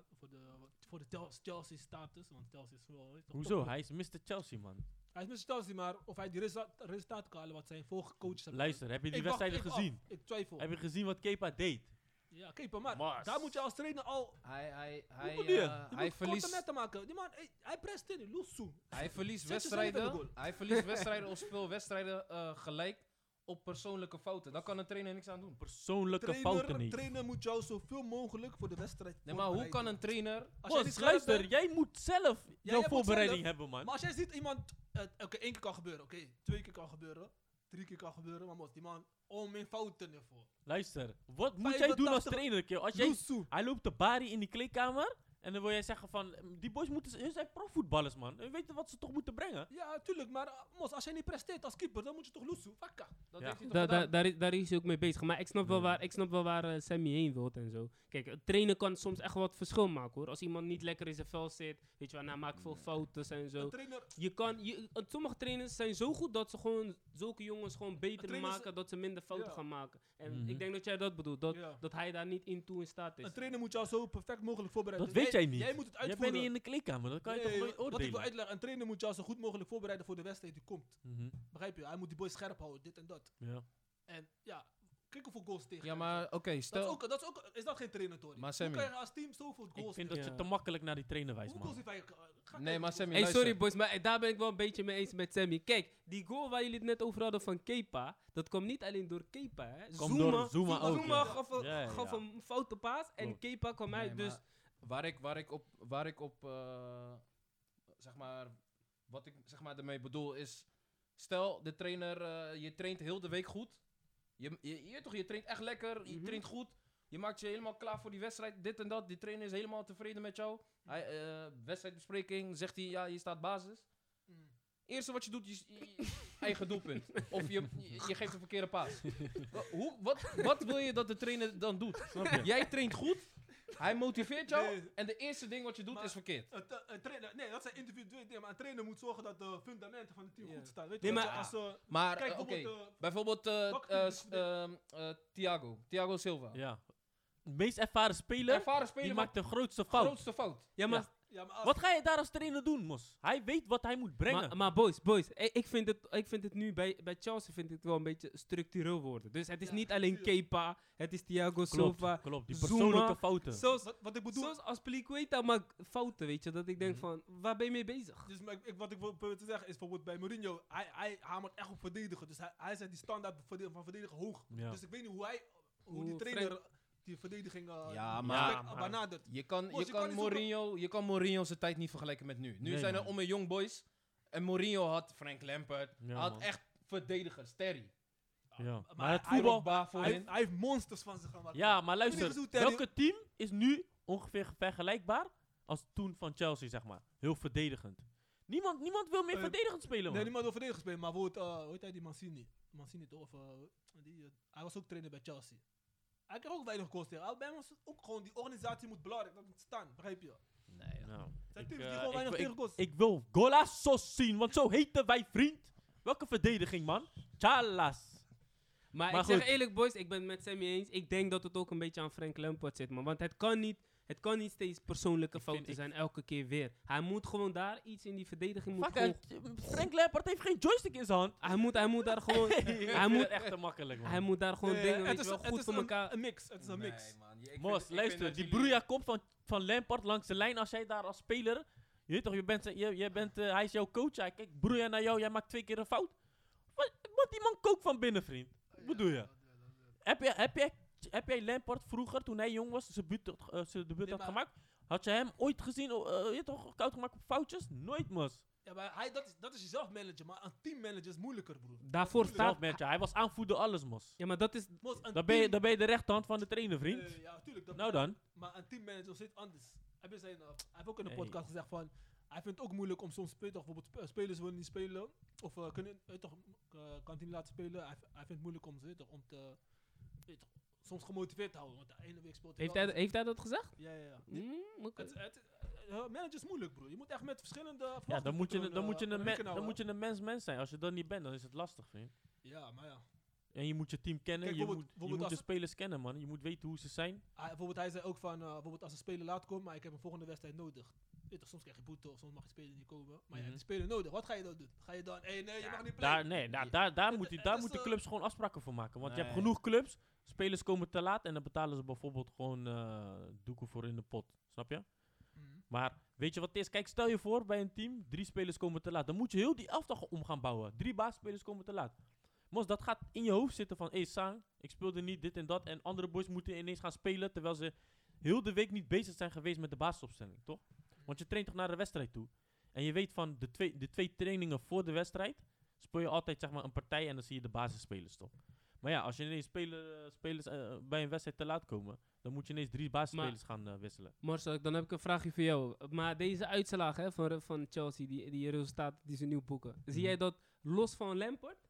S3: voor de Chelsea-status. Want Chelsea is wel... is toch
S2: Hoezo?
S3: top.
S2: Hij is Mr. Chelsea, man.
S3: Hij is met Chelsea, maar of hij die resultaten kan halen wat zijn vorige coaches hebben.
S2: Luister, heb je die
S3: Ik wacht
S2: wedstrijden
S3: even
S2: gezien?
S3: af. Ik twijfel.
S2: Heb je gezien wat Kepa deed?
S3: Ja, kijk maar.
S2: Mars.
S3: Daar moet je als trainer al...
S1: Hij
S3: Hoe bedoel je? Je
S1: hij
S3: moet korte
S1: verliest...
S3: netten maken. Die man, hij presteert niet. Loesoe.
S1: Hij verliest
S3: Zet jezelf in de
S1: wedstrijden.
S3: goal.
S1: Hij verliest wedstrijden of speelt wedstrijden gelijk op persoonlijke fouten. Daar kan een trainer niks aan doen.
S2: Persoonlijke fouten niet.
S3: Trainer moet jou zoveel mogelijk voor de wedstrijd
S1: Nee, maar hoe kan
S3: voorbereiden.
S1: een trainer...
S3: Als jij niet
S2: Bos,
S3: scherp
S2: luister,
S3: bent-
S2: jij moet zelf jouw
S3: moet
S2: voorbereiding
S3: zelf-
S2: hebben, man.
S3: Maar als jij ziet iemand... Oké, 1 keer kan gebeuren. Oké, 2 keer kan gebeuren. 3 keer kan gebeuren. Maar mos, die man... mijn fouten ervoor.
S2: Luister, wat moet jij doen als
S3: 85
S2: trainer? Kill? Als jij,
S3: Loesoe.
S2: hij loopt de bari in die kleedkamer en dan wil jij zeggen van, die boys hun zijn profvoetballers, man. Hun weten wat ze toch moeten brengen.
S3: Ja, tuurlijk. Maar mos, als jij niet presteert als keeper, dan moet je toch loesoe. Fakka.
S1: Dat
S2: Ja.
S1: heeft hij toch gedaan?
S4: Daar is hij ook mee bezig. Maar ik snap wel waar Sammy heen wilt en zo. Kijk, het trainen kan soms echt wat verschil maken, hoor. Als iemand niet lekker in zijn vel zit, weet je wel, hij maakt veel fouten en zo.
S3: Een trainer...
S4: Sommige trainers zijn zo goed dat ze gewoon zulke jongens gewoon beter
S3: trainers-
S4: maken, dat ze minder fouten
S3: Ja.
S4: gaan maken. En
S2: Mhm.
S4: ik denk dat jij dat bedoelt,
S3: Ja.
S4: dat hij daar niet in toe in staat is.
S3: Een trainer moet jou zo perfect mogelijk voorbereiden.
S2: Dat weet jij niet.
S3: Jij moet het
S2: Jij
S3: uitvoeren.
S2: bent niet in de kleedkamer, dat kan je toch
S3: Nee,
S2: nooit
S3: wat ik wil
S2: oordelen.
S3: uitleggen, een trainer moet jou zo goed mogelijk voorbereiden voor de wedstrijd die komt.
S2: Mhm.
S3: Begrijp je? Hij moet die boys scherp houden, dit en dat.
S2: Ja.
S3: En ja, kijk hoeveel goals tegen.
S1: Ja,
S3: hem.
S1: maar oké, stel...
S3: Is dat geen trainer, Tori?
S1: Maar
S3: Hoe
S1: Sammy-
S3: kan je als team zoveel
S2: Ik
S3: goals
S2: vind
S3: tegen?
S2: dat je te makkelijk naar die trainer wijst,
S3: Hoe goals
S2: man.
S3: heeft hij... Ga
S1: Nee,
S3: kijken
S1: maar
S3: hoeveel
S1: Sammy,
S4: Hey,
S1: luister.
S4: sorry boys, maar daar ben ik wel een beetje mee eens met Sammy. Kijk, die goal waar jullie het net over hadden van Kepa, dat kwam niet alleen door Kepa, hè.
S2: Komt door Zuma ook,
S4: Zuma
S2: ja.
S4: gaf een foute paas en
S2: Klopt.
S4: Kepa kwam uit,
S1: Nee,
S4: dus...
S1: maar waar ik op zeg maar, wat ik zeg maar ermee bedoel is, stel de trainer, je traint heel de week goed. Je traint echt lekker, je
S4: Mhm.
S1: traint goed. Je maakt je helemaal klaar voor die wedstrijd, dit en dat. Die trainer is helemaal tevreden met jou. Wedstrijdbespreking, zegt hij, ja, je staat basis.
S3: Mm.
S1: Eerste wat je doet, je eigen doelpunt. Of je geeft een verkeerde paas. Wat wil je dat de trainer dan doet?
S2: Snap je?
S1: Jij traint goed, hij motiveert jou
S3: Nee.
S1: en de eerste ding wat je doet
S3: Maar-
S1: is verkeerd.
S3: Een trainer, nee, dat zijn individuele dingen, maar een trainer moet zorgen dat de fundamenten van het team
S4: Ja.
S3: goed staan. Weet
S4: Nee,
S3: je,
S4: maar-
S3: als,
S1: Maar
S3: kijk,
S1: oké,
S3: bijvoorbeeld,
S1: bijvoorbeeld Thiago Silva.
S2: Ja. De meest ervaren speler,
S1: Ervaren speler
S2: die
S1: maakt
S2: maakt de grootste
S1: de
S2: fout.
S1: grootste fout.
S4: Ja, maar,
S3: ja, maar als,
S2: Wat ga je daar als trainer doen, Mos? Hij weet wat hij moet brengen.
S4: maar boys, ik vind het nu bij Chelsea vind ik het wel een beetje structureel worden. Dus het is
S3: Ja,
S4: niet alleen
S3: tuurlijk.
S4: Kepa, het is Thiago Silva.
S2: Klopt, die
S4: Zuma.
S2: persoonlijke fouten.
S3: wat ik bedoel,
S4: Zoals Aspilicueta maakt fouten, weet je. Dat ik denk van, waar ben je mee bezig?
S3: dus wat ik wil proberen te zeggen is bijvoorbeeld bij Mourinho, hij hamert echt op verdedigen. Dus hij zet die standaard van verdedigen hoog.
S2: Ja.
S3: Dus ik weet niet hoe die
S4: Hoe
S3: trainer die verdediging
S1: Ja,
S2: maar-
S3: benadert.
S1: Je kan
S3: Mos, je kan niet
S1: Mourinho zijn tijd niet vergelijken met nu. Nu
S2: Nee,
S1: zijn er
S2: man.
S1: om een young boys. En Mourinho had Frank Lampard.
S2: Ja,
S1: had
S2: man.
S1: echt verdedigers, Terry.
S2: Ja.
S3: Maar
S2: Maar het
S3: hij-
S2: voetbal...
S1: Drogba voorin.
S3: Hij heeft monsters van zich gemaakt.
S2: Ja, maar
S3: Heb je
S2: luister.
S3: niet gezien, Terry?
S2: Welke team is nu ongeveer vergelijkbaar als toen van Chelsea, zeg maar? Heel verdedigend. Niemand wil meer
S3: Eh,
S2: verdedigend spelen, man.
S3: Nee, niemand wil verdedigen spelen, maar bijvoorbeeld, hoe heet hij, die Mancini? Mancini toch? Of, hij was ook trainer bij Chelsea. Hij kreeg ook weinig kosten. Bij hem was ook gewoon, die organisatie moet belangrijk, dat moet staan, begrijp je?
S1: Nee, ja.
S2: Nou,
S3: Zijn
S2: ik,
S3: teams die
S2: eh,
S3: gewoon
S2: ik-
S3: weinig
S2: ik-
S3: tegenkost.
S2: ik wil Golassos zien, want zo heten wij, vriend. Welke verdediging, man? Chalas.
S4: Maar
S2: Maar
S4: ik zeg
S2: goed.
S4: eerlijk, boys, ik ben het met Sammy eens. Ik denk dat het ook een beetje aan Frank Lampard zit, man. Want het kan niet steeds persoonlijke
S2: Ik vind-
S4: fouten zijn, elke keer weer. Hij moet gewoon daar iets in die verdediging moet
S2: Fuck,
S4: gewoon...
S2: Frank Lampard heeft geen joystick in zijn hand.
S4: Hij moet daar gewoon...
S2: Ik vind
S4: moet-
S2: het echt te makkelijk, man.
S4: Hij moet daar gewoon
S3: Nee,
S4: dingen,
S3: het
S4: weet je
S3: is-
S4: wel,
S3: het
S4: goed
S3: is
S4: voor elkaar...
S3: Een mix, het is een mix.
S1: Nee, man. Ik
S2: Mos,
S1: vind- ik
S2: luister,
S1: vind
S2: die
S1: dat jullie-
S2: broeia-kop van Lampard langs de lijn, als jij daar als speler... Je weet toch, hij is jouw coach, hij kijkt broeia naar jou, jij maakt 2 keer een fout. Wat die man kookt van binnen, vriend. Wat bedoel je? Heb jij Lampard vroeger, toen hij jong was, zijn debuut
S3: Nee,
S2: had
S3: maar-
S2: gemaakt? Had je hem ooit gezien, je weet toch, koud gemaakt op foutjes? Nooit, Mos.
S3: Ja, maar dat is jezelf manager, maar een teammanager is moeilijker, broer.
S4: Daarvoor staat...
S2: Zelfmanager, hij was aanvoerder, alles, Mos.
S4: Ja, maar dat is...
S3: Mos, een
S2: Dan ben je
S3: team-
S2: de rechterhand van de trainer, vriend.
S3: Ja, tuurlijk.
S2: Nou dan.
S3: Maar een teammanager zit anders. Hij heeft ook in een
S2: Nee.
S3: podcast gezegd van... Hij vindt het ook moeilijk om soms bijvoorbeeld spelers willen niet spelen. Of kan hij niet laten spelen. Hij vindt het moeilijk om ze om te... soms gemotiveerd te houden. Want de ene week speelt hij
S4: Heeft
S3: wel,
S4: hij dat gezegd?
S3: Ja, ja, ja.
S4: Oké.
S3: Manager is moeilijk, broer. Je moet echt met verschillende...
S2: Ja, dan moet je
S3: rekenen houden.
S2: een mens zijn. Als je dat niet bent, dan is het lastig, vriend.
S3: Ja, maar ja.
S2: En je moet je team kennen,
S3: Kijk,
S2: je
S3: bijvoorbeeld
S2: moet de
S3: als-
S2: spelers kennen, man. Je moet weten hoe ze zijn.
S3: Bijvoorbeeld hij zei ook van... bijvoorbeeld als een speler laat komt, maar ik heb een volgende wedstrijd nodig. Weet je toch, soms krijg je boete of soms mag je speler niet komen. Maar je hebt die speler nodig. Wat ga je dan doen? Ga je dan... nee, je mag niet
S2: Daar,
S3: blijven.
S2: daar
S3: Het is,
S2: moeten clubs gewoon afspraken voor maken. Want je hebt
S1: Nee.
S2: genoeg clubs, spelers komen te laat en dan betalen ze bijvoorbeeld gewoon doeken voor in de pot. Snap je?
S3: Mhm.
S2: Maar weet je wat het is? Kijk, stel je voor bij een team, 3 spelers komen te laat. Dan moet je heel die elftal om gaan bouwen. 3 basisspelers komen te laat. Mos, dat gaat in je hoofd zitten van, Sang, ik speelde niet dit en dat. En andere boys moeten ineens gaan spelen, terwijl ze heel de week niet bezig zijn geweest met de basisopstelling, toch? Want je traint toch naar de wedstrijd toe. En je weet van de twee trainingen voor de wedstrijd, speel je altijd zeg maar een partij en dan zie je de basisspelers, toch? Maar ja, als je ineens spelers bij een wedstrijd te laat komen, dan moet je ineens 3 basisspelers gaan wisselen.
S4: Marcel, dan heb ik een vraagje voor jou. Maar deze uitslagen hè, van Chelsea, die resultaten die ze nu boeken. Zie jij dat los van Lampard?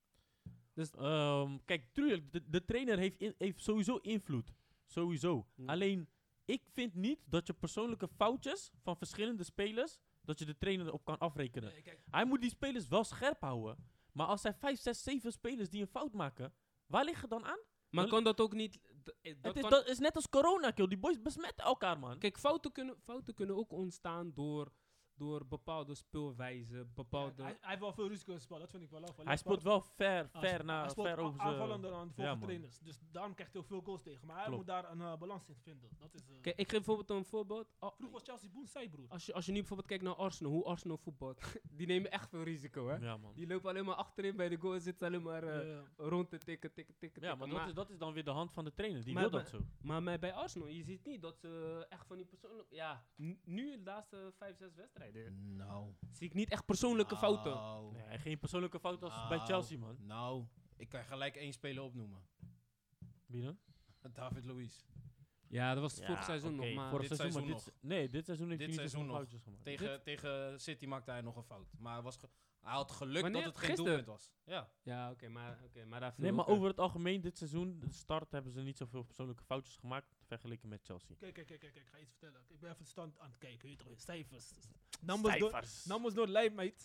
S2: Kijk, tuurlijk, de trainer heeft sowieso invloed. Sowieso.
S4: Hmm.
S2: Alleen, ik vind niet dat je persoonlijke foutjes van verschillende spelers, dat je de trainer erop kan afrekenen.
S3: Nee, kijk,
S2: Hij moet die spelers wel scherp houden. Maar als er 5, 6, 7 spelers die een fout maken, waar ligt het dan aan?
S4: Maar kan dat ook niet...
S2: Dat is net als corona, kill. Die boys besmetten elkaar, man.
S4: Kijk, fouten kunnen ook ontstaan door bepaalde speelwijzen, bepaalde...
S3: hij heeft wel veel risico in het spel, dat vind ik wel af.
S2: Hij speelt wel ver
S3: Hij speelt
S2: over
S3: aanvallender aan de
S2: Ja,
S3: volgende
S2: man.
S3: trainers. Dus daarom krijgt hij ook veel goals tegen. Maar hij
S2: Klopt.
S3: moet daar een balans in vinden. Dat is,
S4: Kijk, ik geef bijvoorbeeld een voorbeeld.
S3: vroeger was Chelsea boenzij, broer.
S4: Als je nu bijvoorbeeld kijkt naar Arsenal, hoe Arsenal voetbalt, die nemen echt veel risico, hè?
S2: Ja, man.
S4: Die lopen alleen maar achterin bij de goal, zitten alleen maar rond te tikken.
S2: Ja, maar dat is dan weer de hand van de trainer. Die
S4: Maar
S2: wil dat zo.
S4: Maar bij Arsenal, je ziet niet dat ze echt van die persoonlijke... Ja, nu de laatste 5, 6 wedstrijden
S1: Nou.
S4: zie ik niet echt persoonlijke fouten.
S2: Nee, geen persoonlijke fout als bij Chelsea, man.
S1: Nou, ik kan gelijk 1 speler opnoemen.
S2: Wie dan?
S1: David Luiz.
S4: Ja, dat was
S2: Ja,
S4: vorig seizoen
S2: oké,
S4: nog, maar...
S2: vorig
S1: Dit
S2: seizoen, maar
S1: seizoen
S2: dit seizoen heeft
S1: Dit
S2: hij niet
S1: seizoen
S2: zoveel
S1: nog.
S2: foutjes gemaakt.
S1: Tegen City maakte hij nog een fout. Maar hij had geluk
S4: Wanneer?
S1: dat het geen
S4: Gisteren?
S1: doelpunt was. Ja.
S4: Ja, oké, maar daar viel
S2: Nee, maar
S4: ook,
S2: over het algemeen, dit seizoen, de start, hebben ze niet zoveel persoonlijke foutjes gemaakt vergeleken met Chelsea.
S3: Kijk, ik ga iets vertellen. Ik ben even de stand aan het kijken, weet je toch, cijfers. Numbers don't lie, mate.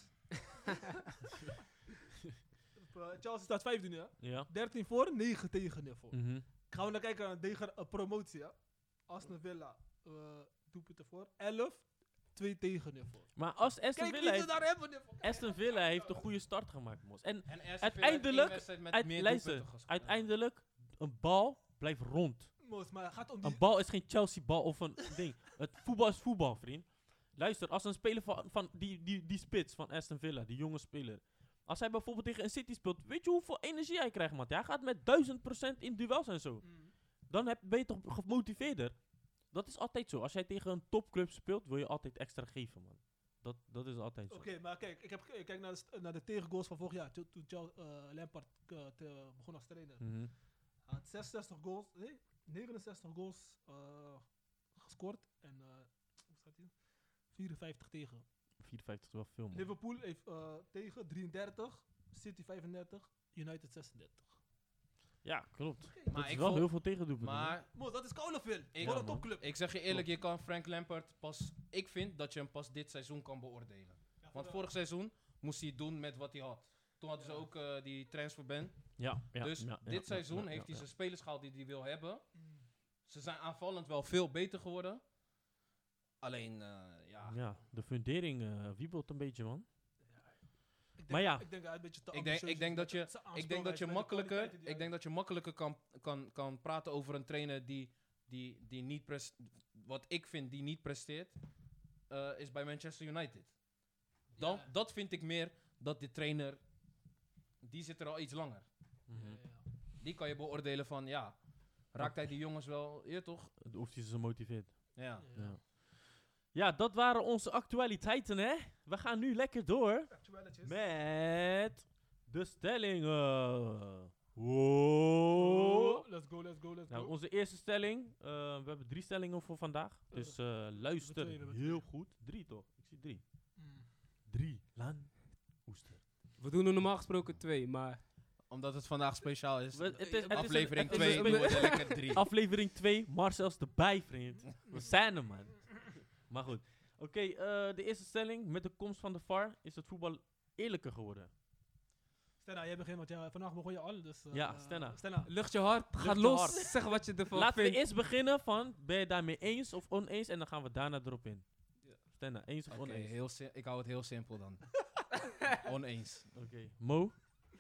S3: Chelsea staat 15e, ja.
S2: Ja.
S3: 13 voor, 9 tegen niveau.
S2: Mhm.
S3: Gaan we dan kijken naar promotie, ja. Aston Villa, doelpunten voor, 11, 2 tegen niveau.
S2: Maar als Aston
S3: Kijk
S2: Villa
S3: wie ze
S2: heeft,
S3: daar hebben, niveau.
S2: Aston Villa heeft een goede start gemaakt, Mos. En
S1: En Aston Villa heeft
S2: uiteindelijk,
S1: één wedstrijd met meer
S2: luister,
S1: doelpunten gescoord.
S2: uiteindelijk, een bal blijft rond.
S3: Moos, maar het gaat om die...
S2: Een bal is geen Chelsea-bal of een ding. Het voetbal is voetbal, vriend. Luister, als een speler van die spits van Aston Villa, die jonge speler. Als hij bijvoorbeeld tegen een City speelt, weet je hoeveel energie hij krijgt, man? Hij gaat met 1000% in duels en zo. Dan ben je toch gemotiveerder. Dat is altijd zo. Als jij tegen een topclub speelt, wil je altijd extra geven, man. Dat is altijd zo.
S3: Oké, maar kijk, ik kijk naar de tegengoals van vorig jaar, toen Lampard begon als trainer.
S2: Mhm.
S3: Hij had 66 goals, nee, 69 goals gescoord en hoe staat hij? 54 tegen.
S2: 54 is wel veel, man.
S3: Liverpool heeft tegen 33, City 35, United 36.
S2: Ja, klopt.
S3: Oké.
S2: Dat
S1: Maar
S2: is
S1: ik
S2: wel
S1: vond-
S2: heel veel tegendoelpunten.
S1: Maar
S3: Moos, dat is koude veel.
S1: Ik-
S3: Voor
S2: Ja,
S3: een
S2: man.
S3: topclub.
S1: ik zeg je eerlijk, je kan Frank Lampard pas... Ik vind dat je hem pas dit seizoen kan beoordelen. Want vorig seizoen moest hij het doen met wat hij had. Toen hadden ze ook die transferban.
S2: Ja,
S1: Dus dit seizoen heeft hij zijn spelers gehaald die hij wil hebben. Ze zijn aanvallend wel veel beter geworden. Alleen, ja...
S2: Ja, de fundering wiebelt een beetje, man.
S3: Ik
S2: Maar ja.
S3: Ik denk hij een beetje te
S1: Ik denk- ik denk dat je-
S3: zijn
S1: Ik denk dat je
S3: aanspeelwijze met de kwaliteiten die
S1: ik denk dat je makkelijker kan praten over een trainer die niet wat ik vind die niet presteert, is bij Manchester United. Dan,
S3: Ja.
S1: Dat vind ik meer dat de trainer, die zit er al iets langer.
S2: Mhm.
S1: Die kan je beoordelen van, ja, raakt hij die jongens wel, je toch?
S2: Of hij ze motiveert.
S1: Ja.
S2: Ja. Ja, dat waren onze actualiteiten, hè? We gaan nu lekker door met de stellingen. Wow.
S3: Let's go.
S2: Nou, onze eerste stelling. We hebben 3 stellingen voor vandaag. Dus luister
S3: nummer
S2: heel goed. 3 toch? Ik zie 3. 3. Lan Oester.
S4: We doen er normaal gesproken 2, maar...
S1: Omdat het vandaag speciaal is.
S2: het
S1: Aflevering
S2: is
S1: 2,
S2: een-
S1: die worden lekker 3.
S2: Aflevering 2, Marcel's erbij, vriend. We zijn er, man. Maar goed. Oké, de eerste stelling. Met de komst van de VAR is het voetbal eerlijker geworden.
S3: Stenna, jij begint, want vandaag begon je al. Dus,
S2: Ja, Stenna.
S4: Lucht je hart, ga
S2: je
S4: los,
S2: hart.
S4: zeg wat je ervan
S2: Laten we
S4: vindt.
S2: eerst beginnen van, ben je daarmee eens of oneens? En dan gaan we daarna erop in. Stenna, eens of
S1: Oké,
S2: oneens?
S1: ik hou het heel simpel dan. Oneens.
S2: Oké. Mo?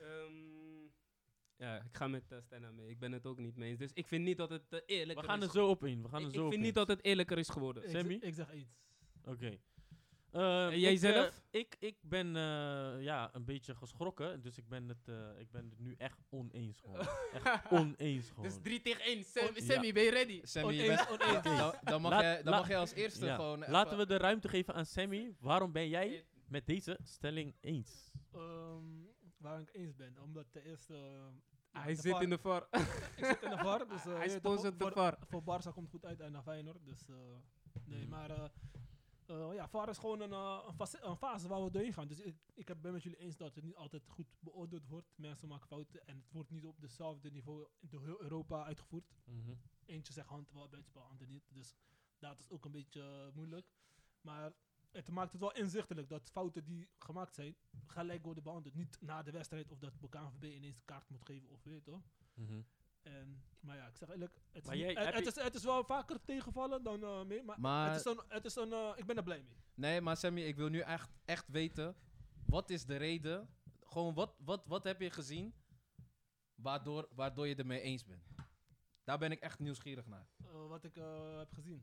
S4: Ja, ik ga met Stenna mee. Ik ben het ook niet mee eens. Dus ik vind niet dat het eerlijker
S2: We gaan
S4: is.
S2: er zo op in. We gaan er
S4: Ik
S2: zo op
S4: vind
S2: in.
S4: niet dat het eerlijker is geworden.
S2: Sammy?
S3: Ik zeg eens.
S2: Oké.
S4: En jij zelf?
S2: Ik ben een beetje geschrokken, dus ik ben het nu echt oneens gewoon. Echt oneens gewoon.
S4: Dus 3 tegen 1.
S2: Sammy,
S4: ben je ready?
S1: Sammy, je
S3: Oneens,
S1: bent-
S3: oneens.
S1: dan mag
S2: Laat-
S1: jij- dan
S2: laat-
S1: mag jij als eerste
S2: Ja.
S1: gewoon... even-
S2: Laten we de ruimte geven aan Sammy. Waarom ben jij met deze stelling eens?
S3: Waar ik eens ben, omdat de eerste...
S4: Hij zit in de VAR.
S3: Ik zit in de VAR, dus
S4: Hij
S3: je weet toch,
S4: sponsort de
S3: voor-
S4: VAR.
S3: Voor Barca komt het goed uit en naar Feyenoord, dus nee,
S2: Mhm.
S3: maar ja, VAR is gewoon een fase waar we doorheen gaan. Dus ik ben met jullie eens dat het niet altijd goed beoordeeld wordt. Mensen maken fouten en het wordt niet op dezelfde niveau door heel Europa uitgevoerd. Eentje zegt handbal, buitenspel, ander niet. Dus dat is ook een beetje moeilijk. Maar het maakt het wel inzichtelijk dat fouten die gemaakt zijn, gelijk worden behandeld. Niet na de wedstrijd of dat de KNVB ineens de kaart moet geven of weet je toch. Maar ja, ik zeg eerlijk,
S2: Maar jij- heb
S3: het is wel vaker tegenvallen dan mee. Maar,
S1: Maar-
S3: het is een ik ben er blij mee.
S1: Nee, maar Sammy, ik wil nu echt weten, wat is de reden? Gewoon, wat heb je gezien waardoor je het ermee eens bent? Daar ben ik echt nieuwsgierig naar.
S3: Wat ik heb gezien.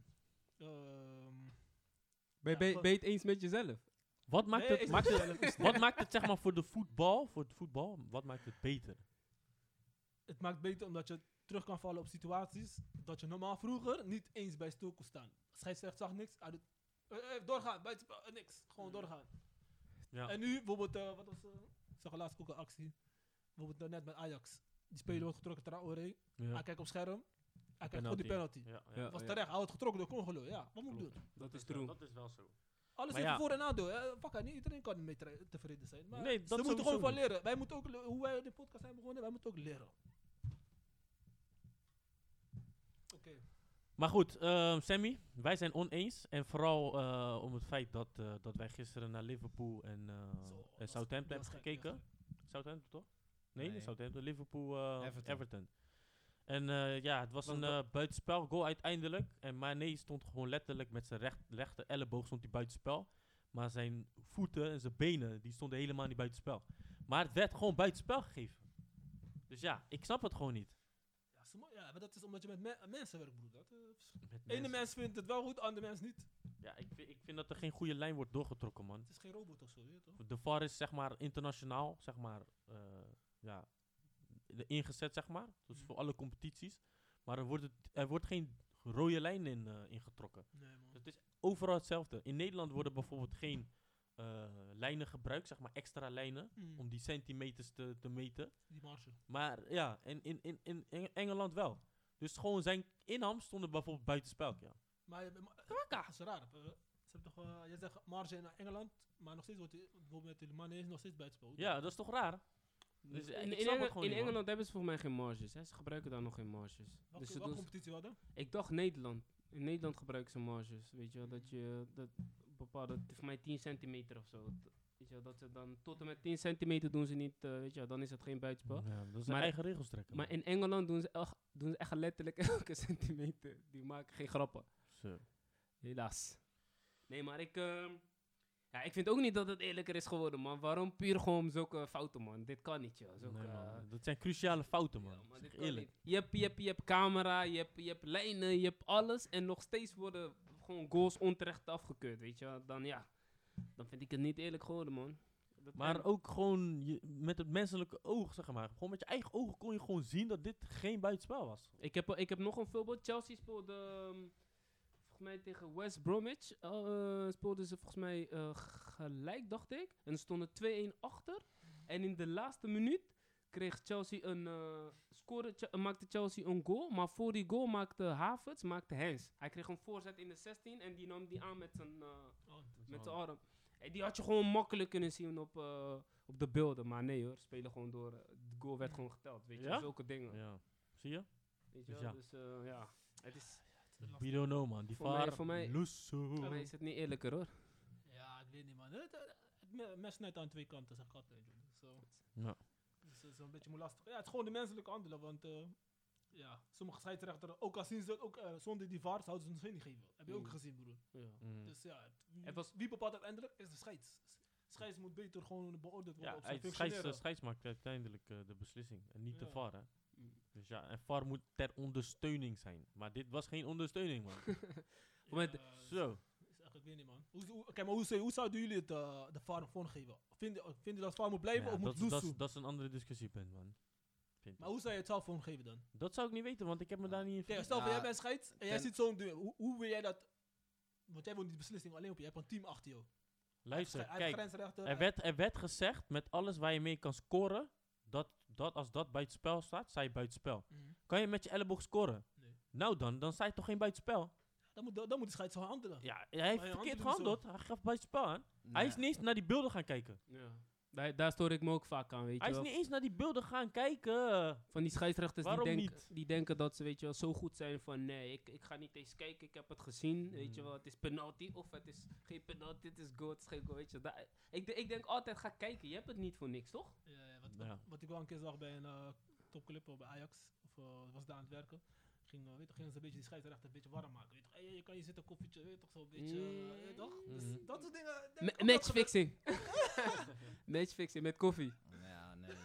S4: Ben je het eens met jezelf?
S2: Wat maakt
S3: Nee,
S2: het,
S3: ik-
S2: wat maakt het zeg maar voor het voetbal, wat maakt het beter?
S3: Het maakt beter omdat je terug kan vallen op situaties dat je normaal vroeger niet eens bij stil kon staan. Scheidsrechter zag niks, hij doet, doorgaan, buitenspel, niks, gewoon doorgaan.
S2: Ja.
S3: En nu bijvoorbeeld, wat was, ik zag laatst ook een actie, bijvoorbeeld net met Ajax. Die speler wordt getrokken Traoré,
S2: Ja.
S3: hij kijkt op scherm, Hij krijgt gewoon die penalty.
S2: Ja.
S4: Ja.
S3: Was terecht, hij had getrokken door Congolo. Ja, wat moet ik doen?
S4: Dat is true.
S2: Dat is wel zo.
S3: Alles
S2: Maar
S3: heeft
S2: ja.
S3: voor- en nadeel. Fuck, niet iedereen kan ermee tevreden zijn. Maar
S2: Nee,
S3: ze
S2: dat
S3: moeten
S2: sowieso
S3: gewoon van
S2: niet.
S3: leren. Wij moeten ook, hoe wij de podcast zijn begonnen, wij moeten ook leren. Oké.
S2: Maar goed, Sammy, wij zijn oneens. En vooral om het feit dat wij gisteren naar Liverpool en
S3: dat
S2: Southampton
S3: was
S2: hebben
S3: gek,
S2: gekeken.
S3: ja.
S2: Southampton toch? Nee,
S1: Nee.
S2: Southampton, Liverpool,
S1: Everton.
S2: Everton. En ja, het was
S4: Was
S2: een
S4: dat-
S2: buitenspel goal uiteindelijk. En Mane stond gewoon letterlijk met zijn rechter elleboog stond hij buitenspel. Maar zijn voeten en zijn benen, die stonden helemaal niet buitenspel. Maar het werd gewoon buitenspel gegeven. Dus ja, ik snap het gewoon niet.
S3: Ja, ja, maar dat is omdat je met mensen werkt, broer. Dat,
S2: Met
S3: ene
S2: mensen.
S3: mens vindt het wel goed, andere mens niet.
S2: Ja, ik vind dat er geen goede lijn wordt doorgetrokken, man.
S3: Het is geen robot of zo, weet je toch?
S2: De VAR is zeg maar internationaal, zeg maar, ja, ingezet, zeg maar. Dus voor alle competities. Maar er wordt geen rode lijn ingetrokken.
S3: Nee, man.
S2: Het is overal hetzelfde. In Nederland worden bijvoorbeeld geen lijnen gebruikt, zeg maar extra lijnen, om die centimeters te meten.
S3: Die marge.
S2: Maar ja, in Engeland wel. Dus gewoon zijn inham stonden bijvoorbeeld buitenspel. Ja.
S3: Maar dat is raar. Ze hebben toch, je zegt marge in Engeland, maar nog steeds wordt die, bijvoorbeeld met de Mane is nog steeds buitenspel.
S2: Ja, dat is toch raar? Dus
S4: in
S2: ik snap het gewoon
S4: in
S2: niet, man.
S4: Engeland hebben ze volgens mij geen marges. Hè? Ze gebruiken daar nog geen marges.
S3: Welke,
S4: Dus ze
S3: welke
S4: doen-
S3: competitie wel dan?
S4: ik dacht Nederland. In Nederland gebruiken ze marges. Weet je wel, dat je dat bepaalde, voor mij 10 centimeter of zo. Weet je wel, dat ze dan tot en met 10 centimeter doen ze niet, weet je wel, dan is het geen buitenspel.
S2: Ja, dat is
S4: Maar-
S2: een eigen regels trekken.
S4: Maar in Engeland doen ze echt letterlijk elke centimeter. Die maken geen grappen.
S2: Zo.
S4: Helaas. Nee, maar ja, ik vind ook niet dat het eerlijker is geworden, man. Waarom puur gewoon om zulke fouten, man? Dit kan niet, joh. Zulke,
S2: Nee, man. Dat zijn cruciale fouten, man.
S4: ja, man,
S2: Zeg
S4: dit kan
S2: eerlijk.
S4: niet. Je hebt camera, je hebt lijnen, je hebt alles. En nog steeds worden gewoon goals onterecht afgekeurd, weet je wel. Dan vind ik het niet eerlijk geworden, man.
S2: Maar ook gewoon met het menselijke oog, zeg maar. Gewoon met je eigen ogen kon je gewoon zien dat dit geen buitenspel was.
S4: Ik heb nog een voorbeeld. Chelsea speelde volgens mij tegen West Bromwich. Speelden ze volgens mij gelijk, dacht ik. En ze stonden 2-1 achter. En in de laatste minuut kreeg Chelsea maakte Chelsea een goal. Maar voor die goal maakte Havertz Hens. Hij kreeg een voorzet in de 16 en die nam die aan met zijn arm. En die had je gewoon makkelijk kunnen zien op de beelden. Maar nee hoor, spelen gewoon door. De goal werd gewoon geteld, weet je.
S2: Ja?
S4: Zulke dingen.
S2: Ja. Zie je?
S4: Weet je
S2: Dus
S4: wel?
S2: ja.
S4: Dus ja, het is...
S2: We don't know, man. Die
S4: Voor mij-
S2: VAR,
S4: voor mij-
S2: Lusso.
S4: Voor mij is het niet eerlijker hoor.
S3: Ja, ik weet niet, man. Het mes snijdt aan twee kanten, zeg ik altijd. Joh.
S2: Ja.
S3: Dus het is een beetje lastig. Ja, het is gewoon de menselijke handelen, want ja, sommige scheidsrechters, ook al zien ze het, ook zonder die VAR, zouden ze het nog niet geven. Heb je ook
S4: Mm.
S3: gezien, broer.
S4: Ja.
S2: Mm.
S3: Dus ja,
S4: Het was-
S3: wie bepaalt uiteindelijk is de scheids. Scheids moet beter gewoon beoordeeld worden
S2: Ja,
S3: op zijn
S2: de
S3: functioneren.
S2: scheids maakt uiteindelijk de beslissing. En niet de
S3: Ja.
S2: VAR, hè.
S4: Mm.
S2: Dus ja, en VAR moet ter ondersteuning zijn. Maar dit was geen ondersteuning, man.
S4: Voor mij
S3: Ja,
S2: Zo.
S3: is echt, ik weet niet, man. Oké, maar hoe zouden jullie het de VAR vormgeven? Vinden dat VAR moet blijven
S2: Ja,
S3: of moet
S2: dat
S3: Zuzu?
S2: is een andere discussiepunt, man. Vind
S3: Maar
S2: ik.
S3: hoe zou je het zelf vormgeven dan?
S2: Dat zou ik niet weten, want ik heb me daar niet in
S3: Oké,
S2: verdiept.
S3: stel voor
S1: Ja,
S3: jij bent scheids en jij
S1: ten-
S3: ziet zo'n ding. Hoe wil jij dat? Want jij wil die beslissing alleen op je. Je hebt een team achter jou.
S2: Luister,
S3: Hij heeft
S2: kijk.
S3: grensrechten.
S2: Er werd gezegd, met alles waar je mee kan scoren, dat als dat buitenspel staat, sta je buitenspel.
S3: Mhm.
S2: Kan je met je elleboog scoren?
S3: Nee.
S2: Nou dan sta je toch geen buitenspel?
S3: Dan moet de scheids zo handelen.
S2: Ja, hij heeft
S3: je
S2: verkeerd
S3: handelt niet
S2: gehandeld. Hij gaf buitenspel aan. Hij is
S1: Nee.
S2: niet eens naar die beelden gaan kijken.
S4: Ja. Daar stoor ik me ook vaak aan, weet
S2: Hij
S4: je
S2: is
S4: wel.
S2: niet eens naar die beelden gaan kijken.
S4: Van die scheidsrechters
S2: Waarom
S4: die,
S2: niet?
S4: die denken dat ze, weet je wel, zo goed zijn van nee, ik ga niet eens kijken, ik heb het gezien, weet je
S2: Mm.
S4: wel, het is penalty of het is geen penalty, het is goal, het is geen goal, weet je wel. Ik denk altijd, ga kijken, je hebt het niet voor niks, toch?
S3: Ja,
S2: Ja.
S3: wat ik wel een keer zag bij een topclub bij Ajax, of was daar aan het werken, gingen ze een beetje die scheidsrechter een beetje warm maken. Weet je, toch, hey, je kan hier zitten, koffietje, weet je toch, zo een beetje, weet je toch? Dus
S2: Mhm.
S3: dat soort dingen. denk ik ook dat
S4: Matchfixing. Matchfixing met koffie.
S1: Ja, nee.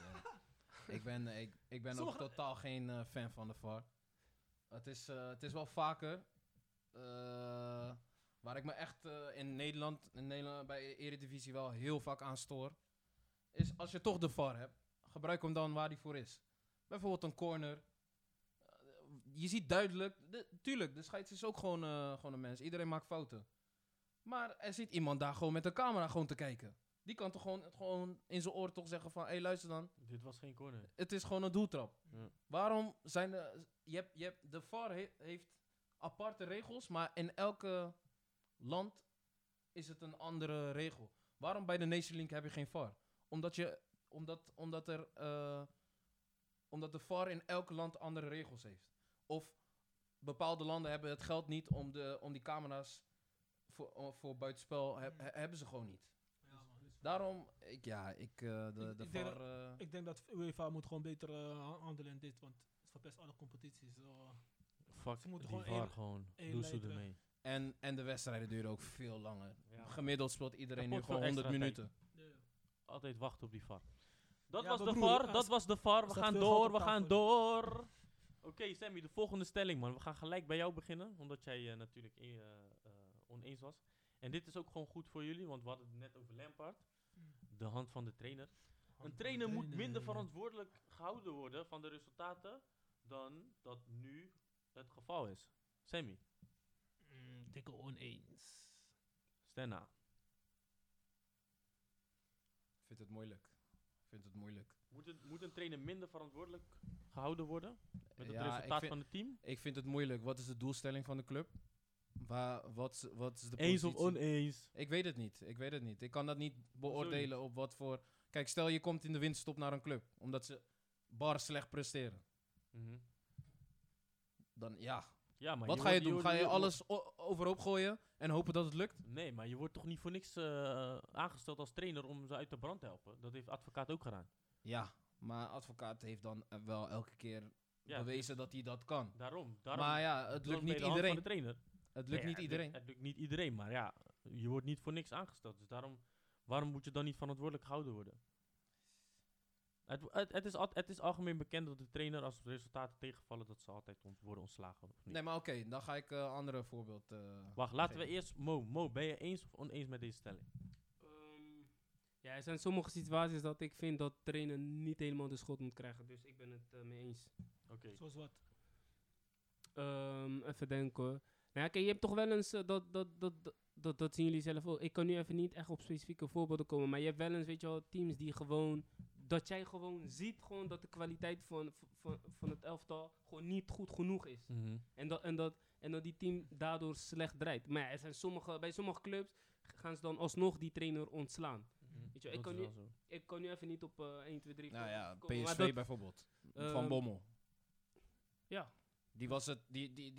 S1: Ik ben ook
S3: Sommige-
S1: totaal geen fan van de VAR. Het is wel vaker waar ik me echt in Nederland bij Eredivisie wel heel vaak aan stoor. Is als je toch de VAR hebt, gebruik hem dan waar die voor is. Bijvoorbeeld een corner. Je ziet duidelijk, tuurlijk, de scheids is ook gewoon een mens. Iedereen maakt fouten. Maar er zit iemand daar gewoon met een camera gewoon te kijken. Die kan toch gewoon in zijn oor toch zeggen van... Hé, luister dan.
S2: Dit was geen corner.
S1: Het is gewoon een doeltrap.
S2: Ja.
S1: Waarom zijn de VAR heeft aparte regels, maar in elke land is het een andere regel. Waarom bij de Nation League heb je geen VAR? Omdat de VAR in elk land andere regels heeft. Of bepaalde landen hebben het geld niet om die camera's voor buitenspel hebben ze gewoon niet.
S3: Ja, man.
S1: Daarom, de
S3: Ik denk
S1: VAR...
S3: Ik denk dat UEFA moet gewoon beter handelen in dit, want het verpest alle competities.
S2: Fuck,
S3: Ze moeten
S2: die
S3: gewoon
S2: VAR gewoon.
S3: één
S2: Doe ze
S3: lijn
S2: ermee.
S1: En de wedstrijden duren ook veel langer.
S2: Ja.
S1: Gemiddeld speelt iedereen nu
S2: Kapot
S1: gewoon
S2: veel
S1: 100
S2: extra
S1: minuten.
S2: Altijd wachten op die VAR. Dat
S3: Ja,
S2: was
S3: maar
S2: de
S3: broer,
S2: VAR,
S3: als-
S2: dat was de VAR. We
S3: als dat
S2: gaan
S3: veel geld
S2: door,
S3: op
S2: we gaan
S3: tafel
S2: door. Oké, Sammy, de volgende stelling, man. We gaan gelijk bij jou beginnen, omdat jij natuurlijk oneens was. En dit is ook gewoon goed voor jullie, want we hadden het net over Lampard. De hand van de trainer. Een trainer moet minder verantwoordelijk gehouden worden van de resultaten dan dat nu het geval is. Sammy,
S4: Dikke oneens.
S2: Stenna.
S1: Ik vind het moeilijk.
S2: Moet een trainer minder verantwoordelijk gehouden worden met het
S1: Ja,
S2: resultaat van het team?
S1: Ik vind het moeilijk. Wat is de doelstelling van de club? Wat is de positie?
S2: Eens of oneens?
S1: Ik weet het niet. Ik kan dat niet beoordelen op wat voor... Kijk, stel je komt in de winterstop naar een club. Omdat ze bar slecht presteren.
S2: Mhm.
S1: Dan ja.
S2: Ja, maar
S1: Wat ga je doen? Ga je alles overhoop gooien en hopen dat het lukt?
S2: Nee, maar je wordt toch niet voor niks aangesteld als trainer om ze uit de brand te helpen? Dat heeft advocaat ook gedaan.
S1: Ja, maar advocaat heeft dan wel elke keer
S2: Ja,
S1: bewezen dat hij dat kan.
S2: Daarom.
S1: Maar ja, het
S2: dat
S1: lukt
S2: is bij
S1: niet
S2: de hand van
S1: iedereen.
S2: de trainer.
S1: Het lukt
S2: Nee,
S1: niet iedereen.
S2: Het lukt niet iedereen, maar ja, je wordt niet voor niks aangesteld. Dus waarom moet je dan niet verantwoordelijk gehouden worden? Het is algemeen bekend dat de trainer, als de resultaten tegenvallen, dat ze altijd worden ontslagen. Of niet?
S1: Nee, maar oké, dan ga ik een andere voorbeeld
S2: Wacht, laten we
S1: geven.
S2: eerst... Mo, ben je eens of oneens met deze stelling?
S4: Ja, er zijn sommige situaties dat ik vind dat trainer niet helemaal de schuld moet krijgen. Dus ik ben het mee eens.
S2: Oké.
S3: Zoals wat?
S4: Even denken hoor. Nou ja, kijk, je hebt toch wel eens, dat zien jullie zelf ook. Ik kan nu even niet echt op specifieke voorbeelden komen. Maar je hebt wel eens, weet je wel, teams die gewoon... Dat jij gewoon ziet gewoon dat de kwaliteit van het elftal gewoon niet goed genoeg is.
S2: Mhm.
S4: En dat die team daardoor slecht draait. Maar ja, bij sommige clubs gaan ze dan alsnog die trainer ontslaan. Weet je,
S2: Dat is wel zo.
S4: Ik kan nu even niet op 1, 2, 3
S1: Nou ja,
S4: komen, maar
S1: PSV
S4: dat-
S1: bijvoorbeeld. Van
S4: Ehm,
S1: Bommel.
S4: Ja.
S1: Die was het...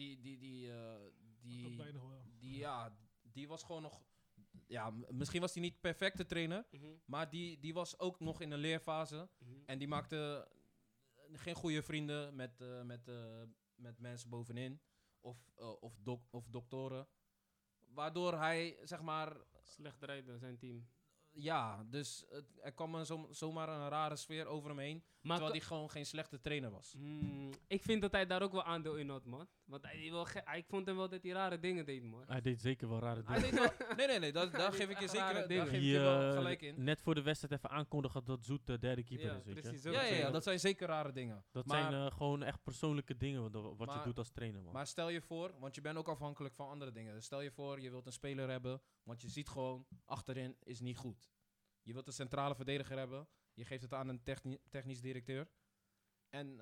S1: Die was gewoon nog... Ja, misschien was hij niet perfecte trainer. Maar die was ook nog in een leerfase. En die maakte geen goede vrienden met mensen bovenin. Of doktoren. Waardoor hij, zeg maar...
S4: Slecht rijden, zijn team.
S1: Ja, dus er kwam zomaar een rare sfeer over hem heen.
S4: Maar
S1: Terwijl hij gewoon geen slechte trainer was.
S4: ik vind dat hij daar ook wel aandeel in had, man. Want ik vond hem wel dat hij rare dingen deed, man.
S2: Hij deed zeker wel rare
S1: Hij
S2: dingen.
S1: deed wel- nee, daar
S4: Hij
S1: geef
S4: deed
S1: ik je
S4: echt
S1: zeker
S4: rare
S1: daar
S4: dingen.
S1: geef ik
S2: Die,
S1: je wel gelijk in.
S2: net voor de wedstrijd even aankondigen dat Zoet de derde keeper
S4: Ja,
S2: is, weet je.
S4: precies.
S1: Ja, dat zijn zeker rare dingen.
S2: Dat
S1: Maar-
S2: zijn gewoon echt persoonlijke dingen wat je
S1: Maar-
S2: doet als trainer, man.
S1: Maar stel je voor, want je bent ook afhankelijk van andere dingen. Dus stel je voor, je wilt een speler hebben, want je ziet gewoon, achterin is niet goed. Je wilt een centrale verdediger hebben, je geeft het aan een technisch directeur. En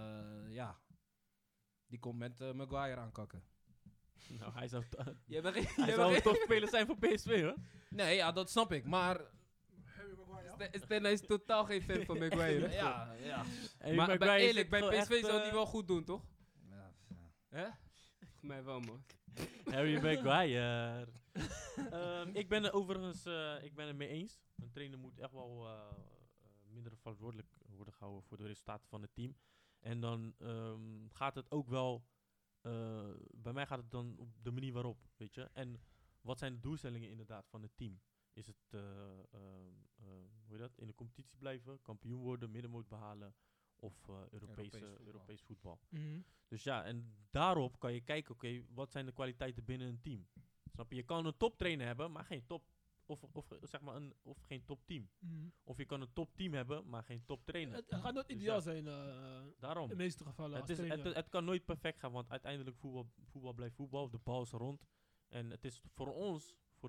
S1: die komt met Maguire aankakken.
S2: Nou, hij zou,
S4: Jij bent geen-
S2: hij
S4: jij
S2: zou
S4: bent
S2: een topspeler zijn voor PSV, hoor.
S1: Nee, ja, dat snap ik, maar...
S3: Harry Maguire.
S4: geen- Stenna is totaal geen fan van Maguire.
S1: ja.
S2: Hey,
S4: Maar
S2: Maguire
S4: bij,
S2: zit
S4: eerlijk, bij
S2: gewoon
S4: PSV
S2: echt,
S4: zou hij wel goed doen, toch?
S1: Ja.
S4: Volgens mij wel, man.
S2: Harry Maguire. Ik ben er overigens ik ben het mee eens. Een trainer moet echt wel minder verantwoordelijk worden gehouden voor de resultaten van het team. En dan gaat het ook wel... bij mij gaat het dan op de manier waarop, weet je. En wat zijn de doelstellingen inderdaad van het team? Is het, hoe heet dat? In de competitie blijven, kampioen worden, middenmoot behalen of Europees voetbal. Dus ja, en daarop kan je kijken, oké, wat zijn de kwaliteiten binnen een team? Snap je? Je kan een toptrainer hebben, maar geen top... Of zeg maar of geen topteam. Of je kan een topteam hebben, maar geen toptrainer.
S3: Het gaat nooit
S2: Dus
S3: ideaal
S2: ja.
S3: zijn
S2: Daarom.
S3: in de meeste gevallen.
S2: Het kan nooit perfect gaan, want uiteindelijk voetbal blijft voetbal. De bal is rond. En het is voor voor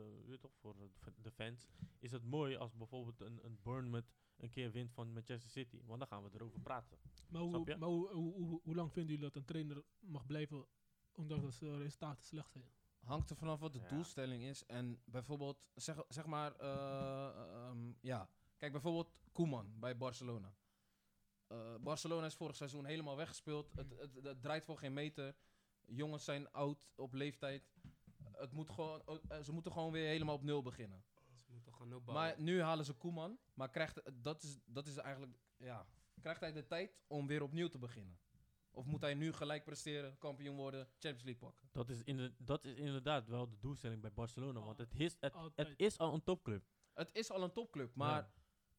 S2: de fans, is het mooi als bijvoorbeeld een Bournemouth een keer wint van Manchester City. Want dan gaan we erover praten.
S3: Maar,
S2: Snap je?
S3: hoe lang vinden jullie dat een trainer mag blijven, ondanks dat de resultaten slecht zijn?
S1: Hangt er vanaf wat de
S2: Ja.
S1: doelstelling is. En bijvoorbeeld, zeg maar, ja. Kijk, bijvoorbeeld Koeman bij Barcelona. Barcelona is vorig seizoen helemaal weggespeeld. Het draait voor geen meter. Jongens zijn oud op leeftijd. Ze moeten gewoon weer helemaal op nul beginnen.
S4: Ze moeten gaan opbouwen.
S1: Maar nu halen ze Koeman. Maar dat is eigenlijk, ja. Krijgt hij de tijd om weer opnieuw te beginnen? Of moet hij nu gelijk presteren, kampioen worden, Champions League pakken?
S2: Dat is inderdaad wel de doelstelling bij Barcelona. Want het
S3: Altijd.
S2: is al een topclub.
S1: Het is al een topclub, maar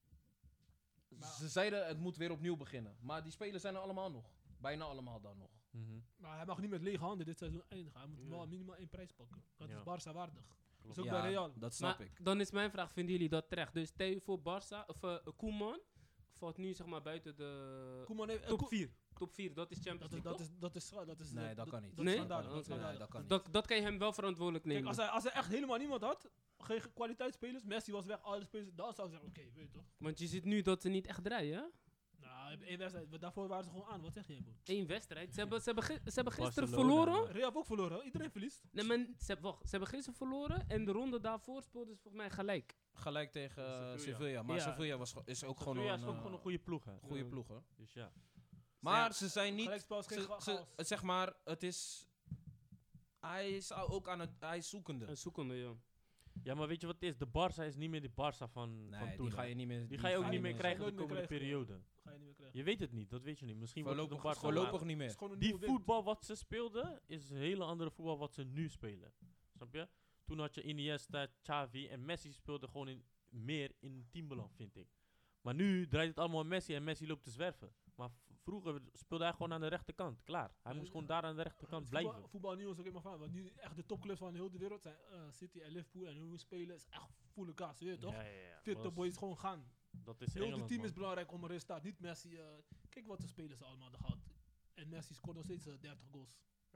S1: ze zeiden het moet weer opnieuw beginnen. Maar die spelers zijn er allemaal nog. Bijna allemaal dan nog.
S2: Mhm.
S3: Maar hij mag niet met lege handen dit seizoen eindigen. Hij moet
S4: Ja.
S3: wel minimaal 1 prijs pakken. Dat
S2: Ja.
S3: is Barça waardig.
S2: Klopt.
S3: Is ook bij Real.
S1: dat snap
S4: Maar
S1: ik.
S4: dan is mijn vraag, vinden jullie dat terecht? Dus stel je voor Barça, of Koeman, valt nu zeg maar buiten de
S3: Koeman heeft...
S4: top 4. Top 4, dat is Champions League, toch?
S3: Dat is
S1: Nee, dat kan niet.
S3: Dat
S4: Nee?
S3: is schandalig. Dat is
S4: Oké.
S3: schandalig.
S1: Nee, dat kan niet.
S4: Dat kan je hem wel verantwoordelijk
S3: Kijk,
S4: nemen.
S3: als hij echt helemaal niemand had, geen kwaliteitsspelers, Messi was weg, alle spelers, dan zou ik zeggen, oké, weet je toch.
S4: Want je ziet nu dat ze niet echt draaien, hè?
S3: Nou, één wedstrijd, daarvoor waren ze gewoon aan. Wat zeg jij, bro?
S4: Eén wedstrijd. Ze hebben gisteren
S2: Barcelona.
S4: verloren.
S3: Real heeft ook verloren, iedereen verliest.
S4: Nee, maar ze hebben gisteren verloren en de ronde daarvoor speelden ze volgens mij gelijk.
S1: Gelijk tegen
S2: Sevilla.
S1: Sevilla. Maar
S4: Ja.
S1: Sevilla is ook gewoon
S2: Sevilla
S1: een
S2: is ook gewoon een goede ploeg, hè.
S1: goede ploeg, hoor.
S2: Dus ja.
S1: Maar ze zijn niet...
S3: Gelijkspel is geen chaos.
S1: Zeg maar, het is... Hij is ook hij is zoekende.
S4: Een zoekende, ja.
S2: Ja, maar weet je wat het is? De Barça is niet meer die Barça van
S1: Nee,
S2: toen.
S1: die ga
S2: hè.
S1: je niet meer...
S2: Die ga je ook
S3: ga
S2: niet
S3: je
S2: meer
S3: niet
S2: krijgen de
S3: nooit meer
S2: komende
S3: krijgen,
S2: periode.
S3: Ga je niet meer krijgen.
S2: Je weet het niet, dat weet je niet. Misschien wordt het een Barça.
S1: Voorlopig niet
S3: Het
S1: meer.
S3: is gewoon een
S2: Die
S3: nieuwe wind.
S2: voetbal wat ze speelden, is een hele andere voetbal wat ze nu spelen. Snap je? Toen had je Iniesta, Xavi en Messi speelde gewoon meer in teambelang, vind ik. Maar nu draait het allemaal om Messi en Messi loopt te zwerven. Maar vroeger speelde hij gewoon aan de rechterkant. Klaar. Hij moest gewoon daar aan de rechterkant blijven.
S3: Voetbal nieuws ook helemaal van. Want nu echt de topclubs van heel de wereld zijn City en Liverpool. En hoe we spelen is echt volle kaas, weet je toch?
S2: Ja.
S3: Fitte boys gewoon gaan.
S2: Dat is
S3: Heel de
S2: Engeland,
S3: team
S2: man.
S3: is belangrijk om een resultaat. Niet Messi. Kijk wat de spelers allemaal gehad. En Messi scoort nog steeds 30 goals.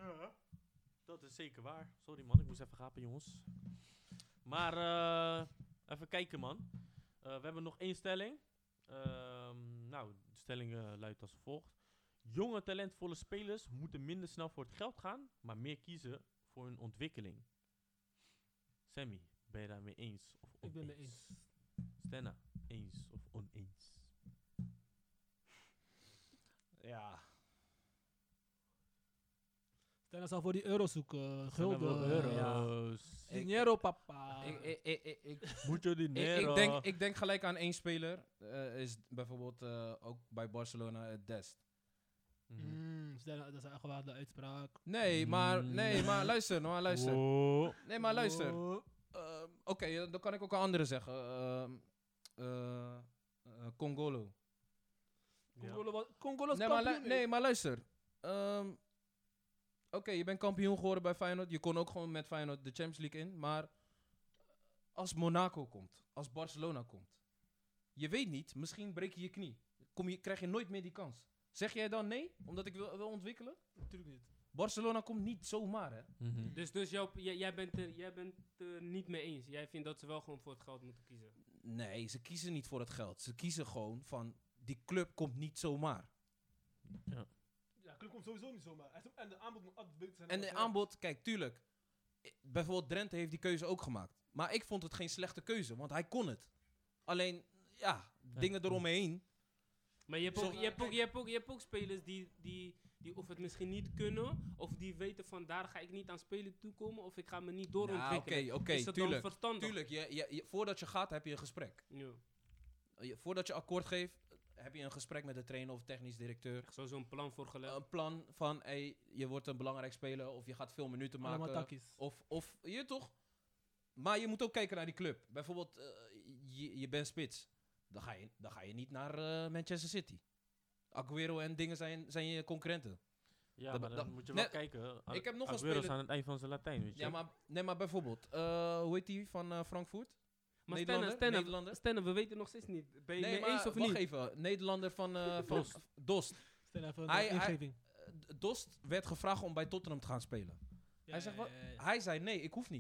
S2: Dat is zeker waar. Sorry man, ik moest even gapen jongens. Maar even kijken man. We hebben nog 1 stelling. Nou, de stelling luidt als volgt. Jonge talentvolle spelers moeten minder snel voor het geld gaan, maar meer kiezen voor hun ontwikkeling. Sammy, ben je daarmee eens of oneens?
S3: Ik ben het eens.
S2: Stenna, eens of oneens?
S1: Ja.
S3: Stenna zal voor die euro zoeken.
S2: Stenna wil
S3: Gulden.
S2: euro's.
S3: Dinero, papa.
S2: Moet je die
S1: Ik denk gelijk aan 1 speler. Is bijvoorbeeld ook bij Barcelona Dest.
S3: Stenna, dat is echt wel de uitspraak.
S1: Nee, maar luister.
S2: Oh.
S1: Nee, maar luister.
S3: Oh.
S1: Oké, dan kan ik ook een andere zeggen. Congolo.
S3: Congolo is
S1: Nee,
S3: kampioen.
S1: maar luister. Oké, je bent kampioen geworden bij Feyenoord. Je kon ook gewoon met Feyenoord de Champions League in. Maar als Monaco komt, als Barcelona komt. Je weet niet, misschien breek je je knie. Krijg je nooit meer die kans. Zeg jij dan nee, omdat ik wil ontwikkelen?
S3: Natuurlijk niet.
S1: Barcelona komt niet zomaar, hè.
S2: Mhm.
S4: Dus jij bent er niet mee eens. Jij vindt dat ze wel gewoon voor het geld moeten kiezen.
S1: Nee, ze kiezen niet voor het geld. Ze kiezen gewoon van, die club komt niet zomaar.
S3: Ja, club komt sowieso niet zomaar. En de aanbod moet altijd beter zijn.
S1: En
S3: dan
S1: de
S3: wat
S1: aanbod, kijk, tuurlijk. Bijvoorbeeld Drenthe heeft die keuze ook gemaakt. Maar ik vond het geen slechte keuze, want hij kon het. Alleen, ja, dingen eromheen.
S4: Maar je hebt
S1: Zo-
S4: ook, je hebt ook spelers die of het misschien niet kunnen, of die weten van daar ga ik niet aan spelen toekomen, of ik ga me niet doorontwikkelen.
S1: Oké,
S4: Is dat
S1: tuurlijk.
S4: dan verstandig?
S1: Tuurlijk, voordat je gaat heb je een gesprek.
S4: Ja.
S1: Voordat je akkoord geeft, heb je een gesprek met de trainer of technisch directeur.
S4: Echt zo'n plan voorgelegd.
S1: Een plan van, je wordt een belangrijk speler of je gaat veel minuten maken.
S3: Allemaal takkies.
S1: Of je toch? Maar je moet ook kijken naar die club. Bijvoorbeeld, je bent spits. Dan ga je niet naar Manchester City. Aguero en dingen zijn je concurrenten.
S2: Ja,
S1: Dat-
S2: maar dan
S1: dat-
S2: moet je
S1: net-
S2: wel kijken.
S1: ik heb nog een
S2: Aguero is
S1: speler-
S2: aan het eind van zijn Latijn, weet je.
S1: Ja, maar bijvoorbeeld, hoe heet die van Frankfurt?
S4: Maar
S1: Nederlander?
S4: Stenna, we weten nog steeds niet. Ben je
S1: Nee,
S4: mee
S1: maar
S4: eens of
S1: wacht
S4: niet?
S1: even. Nederlander van
S2: Dost.
S1: Dost.
S3: Stel even
S1: Hij-
S3: een ingeving.
S1: Dost werd gevraagd om bij Tottenham te gaan spelen.
S3: Ja,
S1: hij zegt,
S3: ja,
S1: wat?
S3: ja, ja.
S1: Hij zei, nee, ik hoef niet.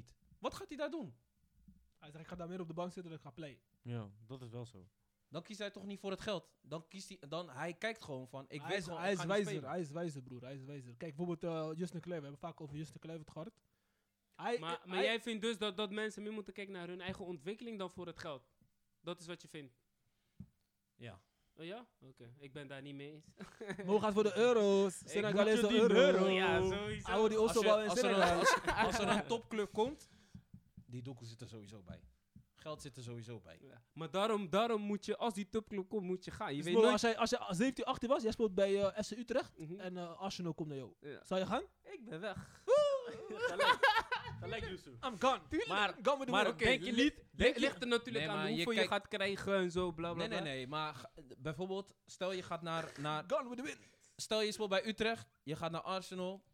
S1: Wat gaat hij daar doen?
S3: Hij zegt, ik ga daar meer op de bank zitten dan ik ga playen.
S2: Ja, dat is wel zo.
S1: Dan kiest hij toch niet voor het geld? Dan kiest hij kijkt gewoon van, ik
S3: hij
S1: weet
S3: is,
S1: gewoon,
S3: hij
S1: ik
S3: is
S1: ga niet
S3: wijzer,
S1: spelen.
S3: hij is wijzer, broer. Hij is wijzer. Kijk, bijvoorbeeld Justin Kluivert. We hebben vaak over Justin Kluivert gehad.
S4: Maar jij vindt dus dat mensen meer moeten kijken naar hun eigen ontwikkeling dan voor het geld? Dat is wat je vindt?
S1: Ja.
S4: Oh ja? Oké, ik ben daar niet mee eens.
S3: Mo gaat voor de euro's. Senegal is de
S2: die
S3: euro.
S2: euro.
S4: Ja, sowieso.
S3: Hou die Osso-bal in
S1: als er
S3: Senegal.
S1: als er een topclub komt, die doekel zit er sowieso bij. Geld zit er sowieso bij.
S4: Ja. Maar daarom moet je, als die topclub komt, moet je gaan. Je
S3: Dus
S4: weet
S3: Mo,
S4: nooit...
S3: als je 17, 18 was, jij speelt bij FC Utrecht
S4: Mhm.
S3: en Arsenal komt naar jou.
S4: Ja.
S3: Zou je gaan?
S4: Ik ben weg.
S2: Gelijk, Yusuf.
S3: I'm gone.
S2: Maar-
S3: Gone with the
S2: Maar
S3: wind.
S2: denk je niet...
S4: Het ligt er natuurlijk
S1: Nee,
S4: aan
S1: maar je
S4: hoeveel je
S1: kijkt-
S4: gaat krijgen en zo, bla bla bla.
S1: Nee. Maar bijvoorbeeld, stel je gaat naar
S3: Gone with the wind.
S1: stel je speelt bij Utrecht, je gaat naar Arsenal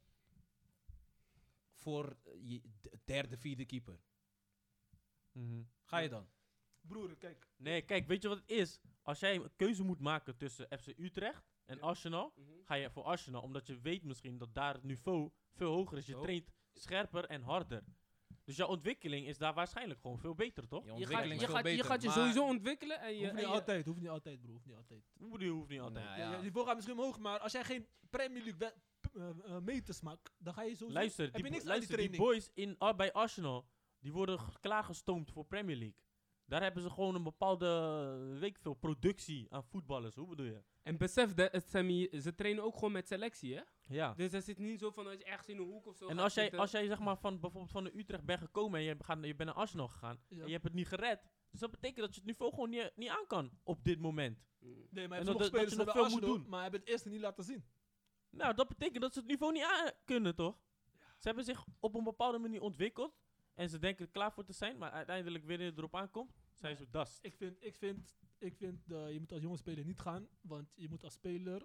S1: voor je derde, vierde keeper.
S2: Mhm.
S1: Ga je dan?
S3: Broer, kijk.
S2: Nee, kijk, weet je wat het is? Als jij een keuze moet maken tussen FC Utrecht en
S3: Ja.
S2: Arsenal,
S4: Mhm.
S2: ga je voor Arsenal, omdat je weet misschien dat daar het niveau veel hoger is. Je
S1: Zo.
S2: traint scherper en harder. Dus jouw ontwikkeling is daar waarschijnlijk gewoon veel beter, toch?
S1: Je
S4: Je gaat,
S1: ontwikkeling
S4: je,
S1: is veel
S4: gaat, je
S1: beter,
S4: gaat je
S1: maar-
S4: sowieso ontwikkelen en je...
S3: Hoeft niet
S4: en je-
S3: altijd, hoeft niet altijd, broer. Hoeft niet altijd.
S2: Hoe bedoel je, hoeft niet altijd.
S1: Nou
S3: Ja,
S1: ja.
S3: je niveau gaat misschien omhoog, maar als jij geen Premier League meters maakt, dan ga je sowieso...
S2: Luister,
S3: heb je
S2: die,
S3: niks aan
S2: luister,
S3: die
S2: die
S3: training.
S2: boys bij Arsenal, die worden klaargestoomd voor Premier League. Daar hebben ze gewoon een bepaalde, weet ik veel, productie aan voetballers. Hoe bedoel je?
S4: En besef, ze trainen ook gewoon met selectie, hè?
S2: Ja.
S4: Dus er zit niet zo van dat je ergens in een hoek of zo
S2: En
S4: gaat zitten.
S2: als jij zeg maar bijvoorbeeld van de Utrecht bent gekomen en je bent naar Arsenal gegaan
S3: Ja.
S2: en je hebt het niet gered. Dus dat betekent dat je het niveau gewoon niet aan kan op dit moment.
S4: Mm.
S3: Nee, maar
S2: En
S3: je hebt
S2: dat-
S3: sommige
S2: dat
S3: spelers
S2: je nog
S3: bij
S2: veel moet
S3: Arsenal,
S2: doen.
S3: maar hebben het eerste niet laten zien.
S2: Nou, dat betekent dat ze het niveau niet aan kunnen, toch? Ze hebben zich op een bepaalde manier ontwikkeld en ze denken er klaar voor te zijn, maar uiteindelijk wanneer het erop aankomt, zijn ze dust.
S3: Ik vind je moet als jonge speler niet gaan, want je moet als speler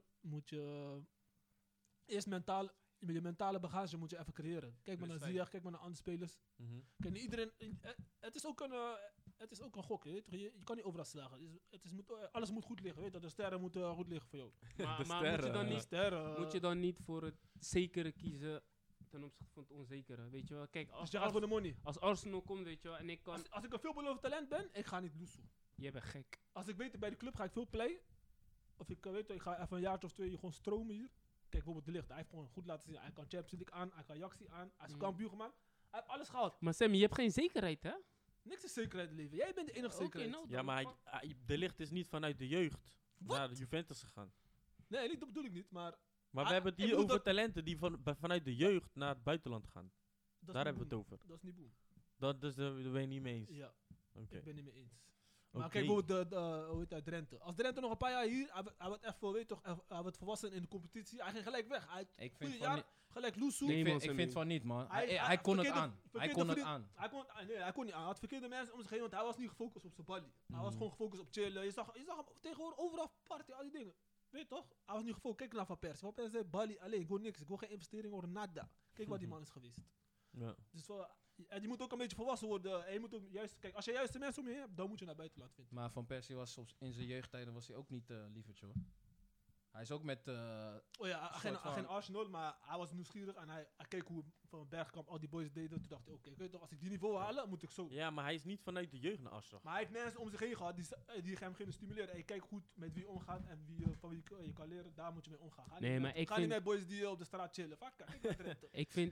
S3: eerst je mentale bagage moet je even creëren. Kijk maar
S1: Plus
S3: naar
S1: vijf.
S3: Ziyech, kijk maar naar andere spelers.
S2: Mhm.
S3: Kijk, niet iedereen, het is ook een gok, je weet toch? Je kan niet overal slagen. Alles moet goed liggen, weet je? De sterren moeten goed liggen voor jou.
S4: Maar,
S2: De
S4: maar moet, je
S2: sterren,
S4: dan
S2: ja.
S4: niet,
S3: Sterren.
S4: moet je dan niet voor het zekere kiezen ten opzichte van het onzekere, weet je wel? Kijk,
S3: Dus je gaat voor de money.
S4: als Arsenal komt, weet je wel, en ik kan...
S3: Als ik een veelbelovend talent ben, ik ga niet loesoe.
S4: Jij bent gek.
S3: Als ik weet dat bij de club ga ik veel play. Of ik weet dat ik ga even een jaartje of 2 gewoon stromen hier. Kijk bijvoorbeeld De Ligt. Hij heeft gewoon goed laten zien. Hij kan Champions League aan, hij kan Ajax aan, hij is
S4: Mm.
S3: kampioen gemaakt. Hij heeft alles gehaald.
S4: Maar Sammy, je hebt geen zekerheid, hè?
S3: Niks is zekerheid in het leven. Jij bent de enige
S4: Oké,
S3: zekerheid.
S4: nou
S2: Ja,
S4: dan.
S2: maar De Ligt is niet vanuit de jeugd
S3: Wat?
S2: naar de Juventus gegaan.
S3: Nee, dat bedoel ik niet. Maar
S2: Maar
S3: Ah,
S2: we hebben het
S3: ik
S2: hier
S3: bedoel
S2: over
S3: dat-
S2: talenten die vanuit de jeugd naar het buitenland gaan.
S3: dat is
S2: Daar
S3: niet
S2: hebben we het
S3: boem.
S2: over.
S3: Dat is niet boem.
S2: Dat is daar ben je niet mee eens.
S3: Ja,
S2: Oké.
S3: ik ben niet mee eens. Maar
S2: Oké.
S3: kijk bijvoorbeeld hoe heet hij, Drenthe. Als Drenthe nog een paar jaar hier, hij wordt echt veel, weet je toch, hij wordt volwassen in de competitie. Hij ging gelijk weg. Hij
S1: Ik
S3: goede
S1: vind,
S3: jaar, gelijk loesoe.
S4: Nee,
S1: ik
S4: man,
S1: vind
S4: Sammy.
S1: van niet, man.
S3: Hij-
S1: Hij kon het
S3: verkeerde-
S1: aan. Hij
S3: verkeerde
S1: kon het
S3: vriend-
S1: aan.
S3: Hij kon niet aan. Hij had verkeerde mensen om zich heen, want hij was niet gefocust op zijn bally. Hij was
S1: Mhm.
S3: gewoon gefocust op chillen. Je zag hem tegenwoordig overal party, al die dingen. Weet je toch? Hij was niet gefocust. Kijk naar Van Persie. Van Persie zei bally alleen. Ik wil niks. Ik wil geen investering of nada. Kijk wat die man is geweest.
S2: Ja.
S3: Dus en je moet ook een beetje volwassen worden. En je moet ook juist, kijk, als je juiste mensen om je heen hebt, dan moet je naar buiten laten vinden.
S1: Maar Van Persie was in zijn jeugdtijden was hij ook niet lievertje, hoor. Hij is ook met...
S3: Oh ja,
S1: soort van-
S3: geen Arsenal, maar hij was nieuwsgierig en hij keek hoe Van Bergkamp al die boys deden. Toen dacht hij, oké, weet je toch, als ik die niveau haal, moet ik zo.
S2: Ja, maar hij is niet vanuit de jeugd naar Arsenal.
S3: Maar hij heeft mensen om zich heen gehad die hem gingen stimuleren. Hey, kijk goed met wie je omgaat en van wie je kan leren, daar moet je mee omgaan. Ga
S4: Nee,
S3: niet
S4: maar
S3: met,
S4: ik
S3: ga
S4: vind-
S3: niet met boys die op de straat chillen. Fuck, kijk naar Drenthe.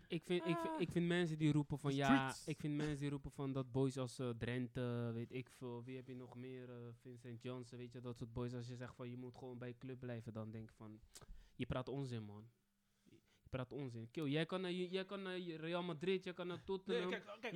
S4: Ik vind mensen die roepen van
S2: The
S4: ja,
S2: streets.
S4: ik vind mensen die roepen van dat boys als Drenthe, weet ik veel, wie heb je nog meer, Vincent Janssen, weet je, dat soort boys. Als je zegt van je moet gewoon bij je club blijven, dan denk ik van, je praat onzin, man. Je praat onzin. Kill, jij kan naar Real Madrid, jij kan naar
S3: Nee,
S4: Tottenham.
S3: kijk,
S4: Je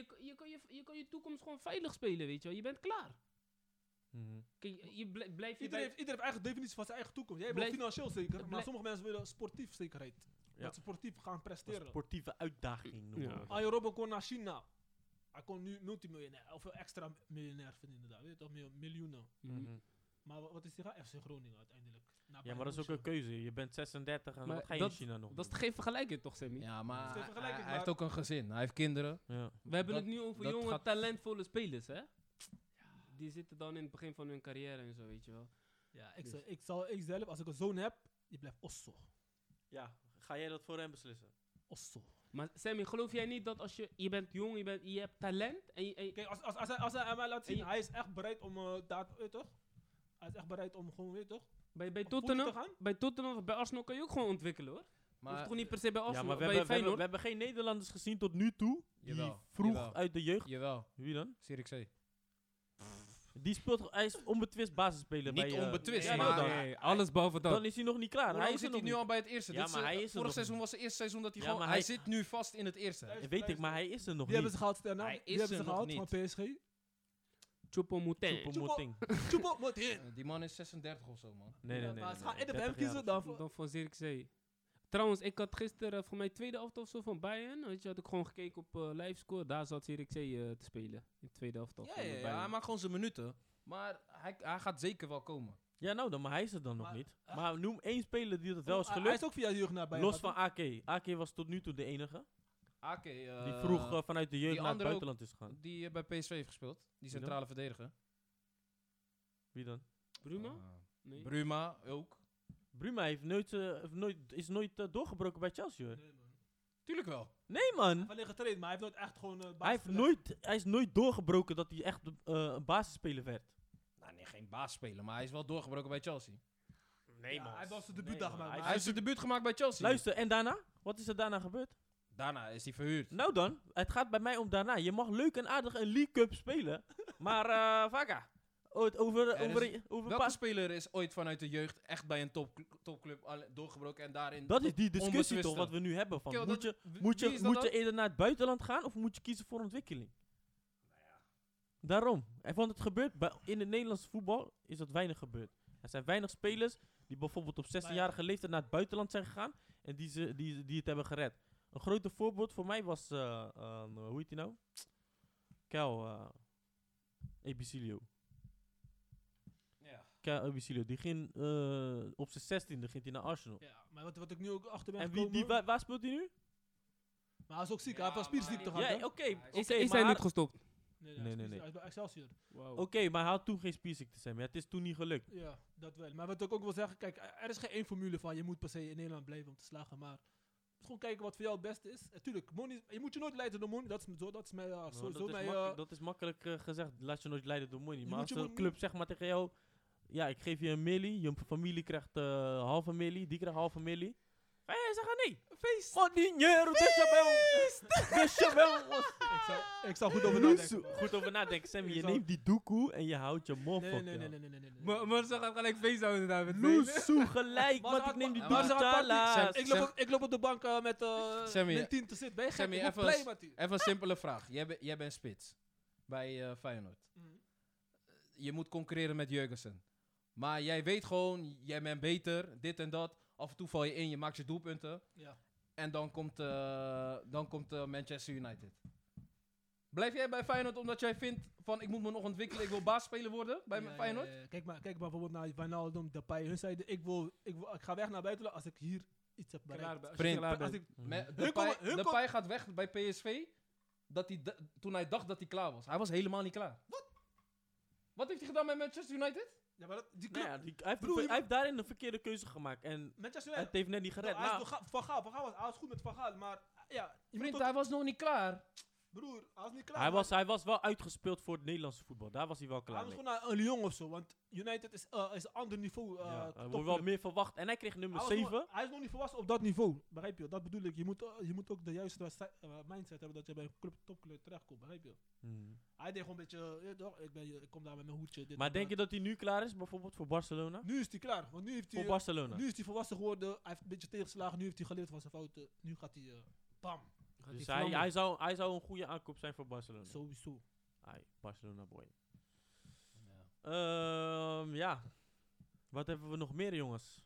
S4: kan je toekomst gewoon veilig spelen, weet je wel. Je bent klaar.
S2: Mhm.
S4: Kijk, blijf je
S3: iedereen heeft eigen definitie van zijn eigen toekomst. Jij wil
S4: Blijf-
S3: financieel zeker, maar
S4: blijf-
S3: sommige mensen willen sportief zekerheid.
S2: Ja.
S3: Dat ze sportief gaan
S2: Een
S3: presteren.
S2: sportieve uitdaging noemen
S4: Ja.
S2: we dat.
S3: Arjen Robben kon naar China. Hij kon nu multimiljonair, of extra miljonair verdienen daar, weet je toch, miljoenen.
S4: Mhm.
S2: Mhm.
S3: Maar wat is die gaan? FC Groningen uiteindelijk. Na
S2: Ja, maar dat is ook een keuze. Je bent 36 en
S4: Maar
S2: wat ga je
S4: dat-
S2: in China nog
S4: Dat is
S2: doen?
S4: geen vergelijking toch, Sammy?
S1: ja, maar
S3: Dat is geen
S1: hij,
S3: vergelijking,
S1: hij heeft
S3: maar-
S1: ook een gezin. Hij heeft kinderen.
S2: Ja.
S4: We hebben
S1: Dat-
S4: het nu over
S1: dat
S4: jonge,
S1: gaat-
S4: talentvolle spelers, hè? Die zitten dan in het begin van hun carrière en zo, weet je wel.
S3: Ja,
S4: Dus-
S3: ik zelf, als ik een zoon heb, die blijft osso.
S2: Ja, ga jij dat voor hem beslissen?
S3: Osso.
S4: Maar Sammy, geloof jij niet dat als je bent jong, je hebt talent en je
S3: Kijk, als hij mij laat zien,
S4: En je-
S3: hij is echt bereid om toch? Hij is echt bereid om gewoon, weet je toch?
S4: bij
S3: Om voetbal
S4: Tottenham,
S3: te gaan?
S4: bij Tottenham of bij Arsenal kan je ook gewoon ontwikkelen hoor. Je hoeft
S1: Maar
S4: toch niet per se bij
S2: Ja,
S4: Arsenal,
S2: maar
S4: bij Feyenoord.
S2: we hebben geen Nederlanders gezien tot nu toe die
S1: Jawel,
S2: vroeg
S1: jawel.
S2: uit de jeugd...
S1: Jawel,
S2: Wie dan?
S1: Zirkzee.
S2: Die speelt, hij is onbetwist basisspeler
S1: Niet
S2: bij...
S1: onbetwist,
S2: ja,
S1: maar-
S2: nou dan.
S4: Nee, alles behalve dat.
S2: Dan is hij nog niet klaar.
S1: Hoe
S2: Hij
S1: lang
S2: is er
S1: zit hij
S2: nog
S1: nu
S2: niet.
S1: al bij het eerste?
S2: Ja, maar hij is er
S1: vorig
S2: nog
S1: seizoen
S2: niet.
S1: was het eerste seizoen dat hij
S2: Ja,
S1: gewoon...
S2: maar
S1: Hij
S2: hij-
S1: zit nu vast in het eerste.
S2: Weet ik, maar hij is er nog
S3: Die hebben
S2: niet.
S3: ze gehaald, Sterna.
S1: Hij
S3: Die
S1: is
S3: hebben ze
S1: er nog
S3: gehaald van
S1: niet.
S3: PSG.
S4: Choupo-Moting.
S2: Choupo-Moting.
S3: Choupo-Moting.
S1: Die man is 36 of zo, man.
S2: Nee, nee,
S3: Ja,
S2: nee.
S3: maar ze
S2: nee,
S3: gaan
S2: nee,
S3: eerder bij hem
S2: 30 jaar
S3: kiezen
S2: of
S3: dan voor...
S4: Dan voor Zirkzee. Trouwens, ik had gisteren voor mij tweede helft of zo van Bayern. Weet je, had ik gewoon gekeken op livescore. Daar zat Zirkzee te spelen. In de tweede helft.
S1: Ja, hij maakt gewoon zijn minuten. Maar hij gaat zeker wel komen.
S2: Ja, nou dan, maar hij is er dan nog
S3: Maar-
S2: niet. Maar noem één speler die dat wel is
S3: Hij
S2: gelukt.
S3: is ook via de jeugd naar Bayern.
S2: Los van AK. AK was tot nu toe de enige.
S1: Ake,
S2: Die vroeg vanuit de jeugd
S1: die
S2: naar het
S1: andere ook.
S2: buitenland is gegaan.
S1: die bij PSV heeft gespeeld. Die centrale verdediger.
S2: Wie dan?
S4: Bruma?
S1: Ah.
S4: Nee.
S1: Bruma ook.
S2: Bruma is nooit doorgebroken bij Chelsea hoor.
S3: Nee, man.
S1: Tuurlijk wel.
S2: Nee man.
S3: Hij heeft alleen getraind, maar hij heeft nooit echt gewoon...
S2: Hij is nooit doorgebroken dat hij echt een basisspeler werd.
S1: Nou, nee, geen baasspeler, maar hij is wel doorgebroken bij Chelsea.
S2: Nee
S3: Hij heeft wel zijn
S2: Nee,
S3: debuutdag
S2: man.
S3: gemaakt.
S2: Hij
S3: maar
S1: Hij heeft zijn debuut gemaakt bij Chelsea.
S2: Luister, en daarna? Wat is er daarna gebeurd?
S1: Daarna is hij verhuurd.
S2: Nou dan, het gaat bij mij om daarna. Je mag leuk en aardig een League Cup spelen. Maar Vaga, over een
S1: Welke
S2: paar...
S1: speler is ooit vanuit de jeugd echt bij een topclub doorgebroken en daarin...
S2: Dat is die discussie
S1: onbetwiste?
S2: toch wat we nu hebben. Van,
S1: Kill,
S2: moet
S1: dat-
S2: je,
S1: wie-
S2: moet
S1: wie is
S2: je,
S1: dat
S2: moet je
S1: dan?
S2: eerder naar het buitenland gaan of moet je kiezen voor ontwikkeling? Daarom. En want het gebeurt in het Nederlandse voetbal is dat weinig gebeurd. Er zijn weinig spelers die bijvoorbeeld op 16-jarige leeftijd naar het buitenland zijn gegaan en die het hebben gered. Een grote voorbeeld voor mij was, hoe heet hij nou? Kel Ebicilio.
S1: Ja.
S2: Kel Ebicilio. Die ging op zijn 16e ging hij naar Arsenal.
S3: Ja, maar wat ik nu ook achter ben
S2: En
S3: gekomen...
S2: waar speelt hij nu?
S3: Maar hij is ook ziek,
S1: Ja,
S3: hij heeft wel
S1: maar
S3: spierziekte
S1: hij-
S3: gehad,
S2: Ja,
S3: hè?
S2: oké.
S4: Is
S2: oké,
S4: hij
S2: maar-
S4: niet gestopt?
S3: Nee,
S2: Nee, nee, nee.
S3: Hij is bij Excelsior.
S4: Wow.
S2: Oké, maar hij had toen geen spierziekte zijn. Maar het is toen niet gelukt.
S3: Ja, dat wel. Maar wat ik ook wil zeggen, kijk, er is geen één formule van je moet per se in Nederland blijven om te slagen, maar gewoon kijken wat voor jou het beste is. Natuurlijk, je moet je nooit leiden door money, dat is mijn,
S2: Nou,
S3: sowieso mijn...
S2: dat is makkelijk gezegd. Laat je nooit leiden door money.
S3: Je
S2: Maar
S3: moet
S2: als
S3: je
S2: de
S3: mo-
S2: club zegt maar tegen jou... Ja, ik geef je een milli. Je familie krijgt halve milli. Die krijgt halve milli. Ga jij zeggen nee?
S3: Feest!
S2: Van dinero, Dechabel.
S3: Ik zou goed over nadenken.
S2: Goed over nadenken, Sammy.
S3: Ik
S2: Je
S3: zou-
S2: neemt die doekoe en je houdt je mond
S3: Nee,
S2: op.
S3: nee,
S2: joh.
S3: nee.
S4: Maar ze gaat gelijk feesthouden daar met
S2: Loesoe, gelijk.
S3: Maar
S2: Want
S3: ze
S2: ik neem die
S3: had- maar ze had party-
S2: doetala.
S3: Ik loop op de bank met
S1: Sammy,
S3: mijn team te zitten. Ben je gek?
S1: Sammy,
S3: Ik word
S1: even
S3: blij
S1: als-
S3: met die.
S1: Even een simpele vraag. Jij bent spits bij Feyenoord. Je moet concurreren met Jurgensen. Maar jij weet gewoon, jij bent beter, dit en dat. Af en toe val je in, je maakt je doelpunten.
S3: Ja.
S1: En dan komt Manchester United. Blijf jij bij Feyenoord omdat jij vindt van ik moet me nog ontwikkelen, ik wil baasspeler worden bij
S3: Ja,
S1: Feyenoord?
S3: ja, ja. Kijk bijvoorbeeld naar Wijnaldum, Depay. Hun zeiden, ik ga weg naar buitenland als ik hier iets heb bereikt.
S1: Sprint.
S3: Als ik,
S1: Depay Depay gaat weg bij PSV toen hij dacht dat hij klaar was. Hij was helemaal niet klaar. Wat heeft hij gedaan bij Manchester United?
S3: ja, maar die
S2: Nou
S3: club,
S2: ja, hij heeft
S3: Broer, je
S2: hij heeft daarin een verkeerde keuze gemaakt. En
S3: Manchester
S2: het
S3: United.
S2: heeft net niet gered.
S3: Hij is
S2: Nou,
S3: nog Van Gaal was goed met Van Gaal, maar ja, je moet
S1: Vriend,
S3: ook-
S1: hij was nog niet klaar.
S3: broer, hij was niet klaar.
S2: hij was wel uitgespeeld voor het Nederlandse voetbal. Daar was hij wel
S3: hij
S2: klaar
S3: was
S2: mee.
S3: gewoon naar een Lyon of zo, want United is een ander niveau.
S2: Ja, er wordt
S3: topclub.
S2: wel meer verwacht. En hij kreeg nummer
S3: Hij was
S2: 7.
S3: nog- Hij is nog niet volwassen op dat niveau, begrijp je? Dat bedoel ik. Je moet ook de juiste mindset hebben dat je bij een topclub terechtkomt, begrijp je? Hij deed gewoon een beetje, ja, toch, ik kom daar met mijn hoedje. Dit
S2: Maar
S3: en
S2: denk je
S3: dat.
S2: dat hij nu klaar is, bijvoorbeeld voor Barcelona?
S3: Nu is hij klaar, want nu heeft hij...
S2: Voor Barcelona.
S3: Nu is hij volwassen geworden, hij heeft een beetje tegengeslagen, nu heeft hij geleerd van zijn fouten. Nu gaat hij, bam,
S2: Dus hij zou een goede aankoop zijn voor Barcelona.
S3: sowieso.
S2: Ai, Barcelona boy.
S1: Ja.
S2: Ja. Wat hebben we nog meer, jongens?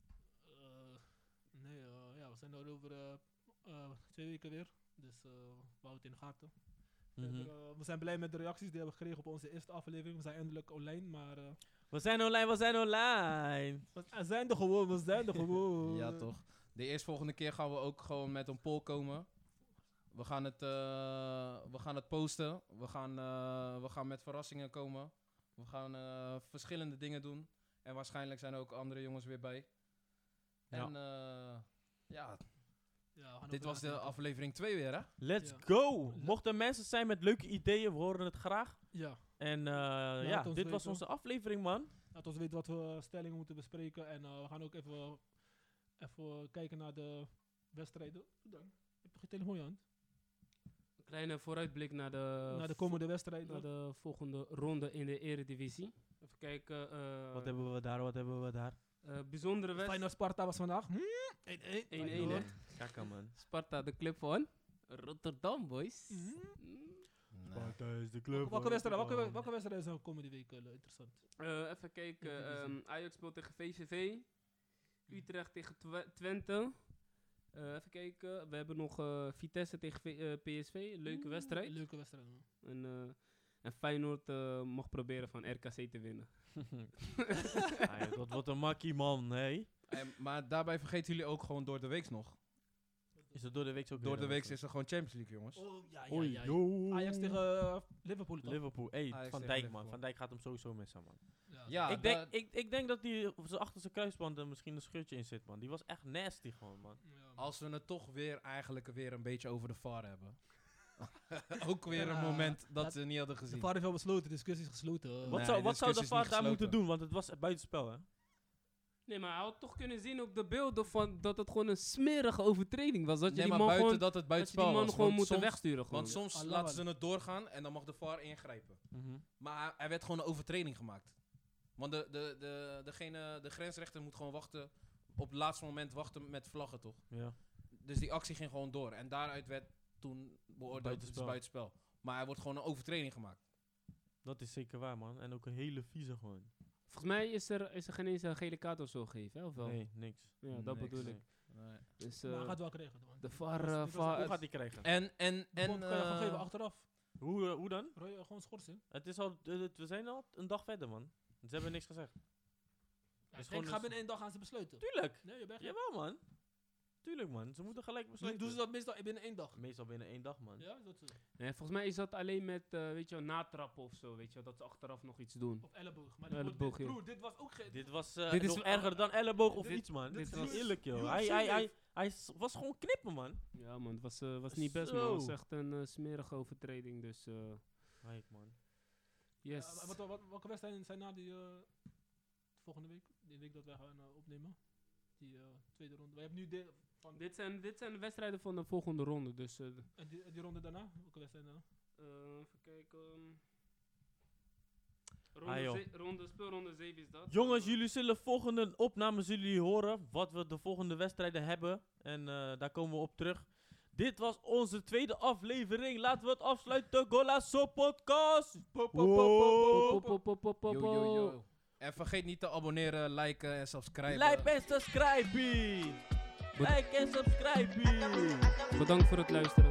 S3: Nee, ja, we zijn er over 2 weken weer, dus we houden het in de gaten.
S2: Mhm.
S3: We zijn blij met de reacties die we hebben gekregen op onze eerste aflevering. We zijn eindelijk online, maar...
S2: We zijn online.
S3: we zijn er gewoon.
S1: Ja, toch. De eerstvolgende keer gaan we ook gewoon met een poll komen. We gaan het posten. We gaan met verrassingen komen. We gaan verschillende dingen doen. En waarschijnlijk zijn er ook andere jongens weer bij.
S2: Ja.
S1: En ja,
S3: Ja, we gaan
S1: Dit
S3: ook
S1: was de
S3: nadenken.
S1: aflevering 2 weer, hè?
S2: Let's
S3: Ja.
S2: go! Mochten er mensen zijn met leuke ideeën, we horen het graag.
S3: Ja,
S2: En
S3: Laat ons
S2: dit was
S3: weten.
S2: onze aflevering, man.
S3: laat ons weten wat we stellingen moeten bespreken. En we gaan ook even kijken naar de wedstrijden. Dan. Heb je geen telefoon in je hand?
S4: Een kleine vooruitblik naar
S3: Naar de komende wedstrijden.
S4: naar de volgende ronde in de Eredivisie. Even kijken.
S2: Wat hebben we daar?
S4: Bijzondere wedstrijd.
S3: Feyenoord Sparta was vandaag. 1-1.
S4: 1-1, hè?
S2: Kijk man.
S4: Sparta, de club van Rotterdam, boys.
S3: Mhm.
S1: Nee.
S2: is de club.
S3: Welke wedstrijd is er komende week interessant?
S4: Even kijken.
S3: Eredivisie.
S4: Ajax speelt tegen VVV. Utrecht tegen Twente. Even kijken. We hebben nog Vitesse tegen PSV. Leuke wedstrijd.
S3: Leuke wedstrijd, man.
S4: En Feyenoord mag proberen van RKC te winnen.
S2: Dat wordt een makkie, man. Hey.
S1: Maar daarbij vergeten jullie ook gewoon door de week nog.
S2: Is het door de week ook
S1: Door
S2: weer
S1: de week
S2: een
S1: is er gewoon Champions League, jongens.
S3: Oh, ja.
S2: Oei, yo.
S3: Ajax tegen Liverpool. toch?
S2: Liverpool. Hey,
S1: Ajax
S2: Van
S1: tegen
S2: Dijk,
S1: Liverpool.
S2: man. Van Dijk gaat hem sowieso missen, man.
S1: Ja,
S2: Ik denk dat hij achter zijn kruisband er misschien een scheurtje in zit, man. Die was echt nasty gewoon, man.
S3: Ja, man.
S1: als we het toch eigenlijk weer een beetje over de VAR hebben. Ook weer een
S3: Ja,
S1: moment dat
S3: dat-
S1: ze niet hadden
S3: De
S1: gezien.
S3: VAR heeft wel besloten, de discussie is gesloten.
S1: Nee,
S2: Wat
S1: de
S2: zou de
S1: discussie is
S2: VAR
S1: niet
S2: daar moeten
S1: gesloten.
S2: doen? Want het was buitenspel, hè?
S4: Nee, maar hij had toch kunnen zien op de beelden van dat het gewoon een smerige overtreding was. Dat je
S1: Nee,
S4: die
S1: maar
S4: man
S1: buiten
S4: gewoon,
S1: dat het
S4: dat je
S1: buitenspel
S4: die man
S1: was.
S4: gewoon
S1: want
S4: moeten
S1: soms,
S4: wegsturen. Gewoon.
S1: Want soms
S3: Allah,
S1: laten
S3: man.
S1: ze het doorgaan en dan mag de VAR ingrijpen.
S2: Mhm.
S1: Maar er werd gewoon een overtreding gemaakt. Want de grensrechter moet gewoon wachten. Op het laatste moment wachten met vlaggen, toch?
S2: Ja.
S1: Dus die actie ging gewoon door. En daaruit werd toen beoordeeld, het is buitenspel. Maar er wordt gewoon een overtreding gemaakt.
S2: Dat is zeker waar, man. En ook een hele vieze gewoon.
S4: Volgens mij is er geen eens een gele kaart of zo gegeven, hè? Of wel?
S2: Nee, niks.
S4: Ja, dat
S1: Niks.
S4: bedoel ik.
S1: Nee.
S4: Dus,
S3: Maar hij gaat wel krijgen. Man.
S4: de VAR...
S3: Dit was-
S2: Hoe
S4: VAR
S2: gaat hij krijgen?
S1: En
S3: De bond kan je gewoon geven achteraf.
S2: Hoe dan?
S3: Gewoon schorsing.
S2: Het is al, we zijn al een dag verder, man. Ze hebben niks gezegd.
S3: Ja,
S2: Is
S3: ik denk,
S2: gewoon
S3: ga
S2: een-
S3: binnen 1 dag gaan ze besluiten.
S2: Tuurlijk.
S3: Nee, je bent gek.
S2: Jawel, man. Tuurlijk, man. Ze moeten gelijk besluiten.
S3: Doen ze dat meestal binnen 1 dag?
S2: Meestal binnen 1 dag, man.
S3: Ja, is dat zo?
S4: Nee, volgens mij is dat alleen met, weet je wel, natrappen of zo, weet je wel, dat ze achteraf nog iets doen.
S3: Of elleboog. Maar
S4: Elleboog,
S3: dit,
S4: ja.
S3: broer, dit was ook geen...
S2: Dit was
S4: Dit is
S2: nog
S4: wel-
S2: erger dan elleboog of
S4: dit-
S2: iets, man.
S4: dit
S2: Dit
S4: was-
S2: was eerlijk, joh.
S3: UFC
S2: Hij was gewoon knippen, man.
S4: Ja man, het was niet best man, het was
S2: Zo.
S4: echt een smerige overtreding, dus
S2: Right, man.
S4: yes.
S3: Welke wedstrijden zijn na die volgende week? Die week dat wij gaan opnemen? Die tweede ronde. We hebben nu
S4: Dit zijn de wedstrijden van de volgende ronde, dus
S3: en die ronde daarna? Welke wedstrijden daarna?
S4: even kijken. Speelronde 7 is dat.
S2: Jongens, jullie zullen volgende opnames jullie horen wat we de volgende wedstrijden hebben. En daar komen we op terug. Dit was onze tweede aflevering. Laten we het afsluiten. Golazo Podcast.
S4: Pop, pop, pop, pop, pop,
S1: Yo, yo,
S4: pop.
S1: yo. En vergeet niet te abonneren, liken en subscriben.
S2: Like en subscribe. Like en subscribe.
S4: Bedankt voor het luisteren.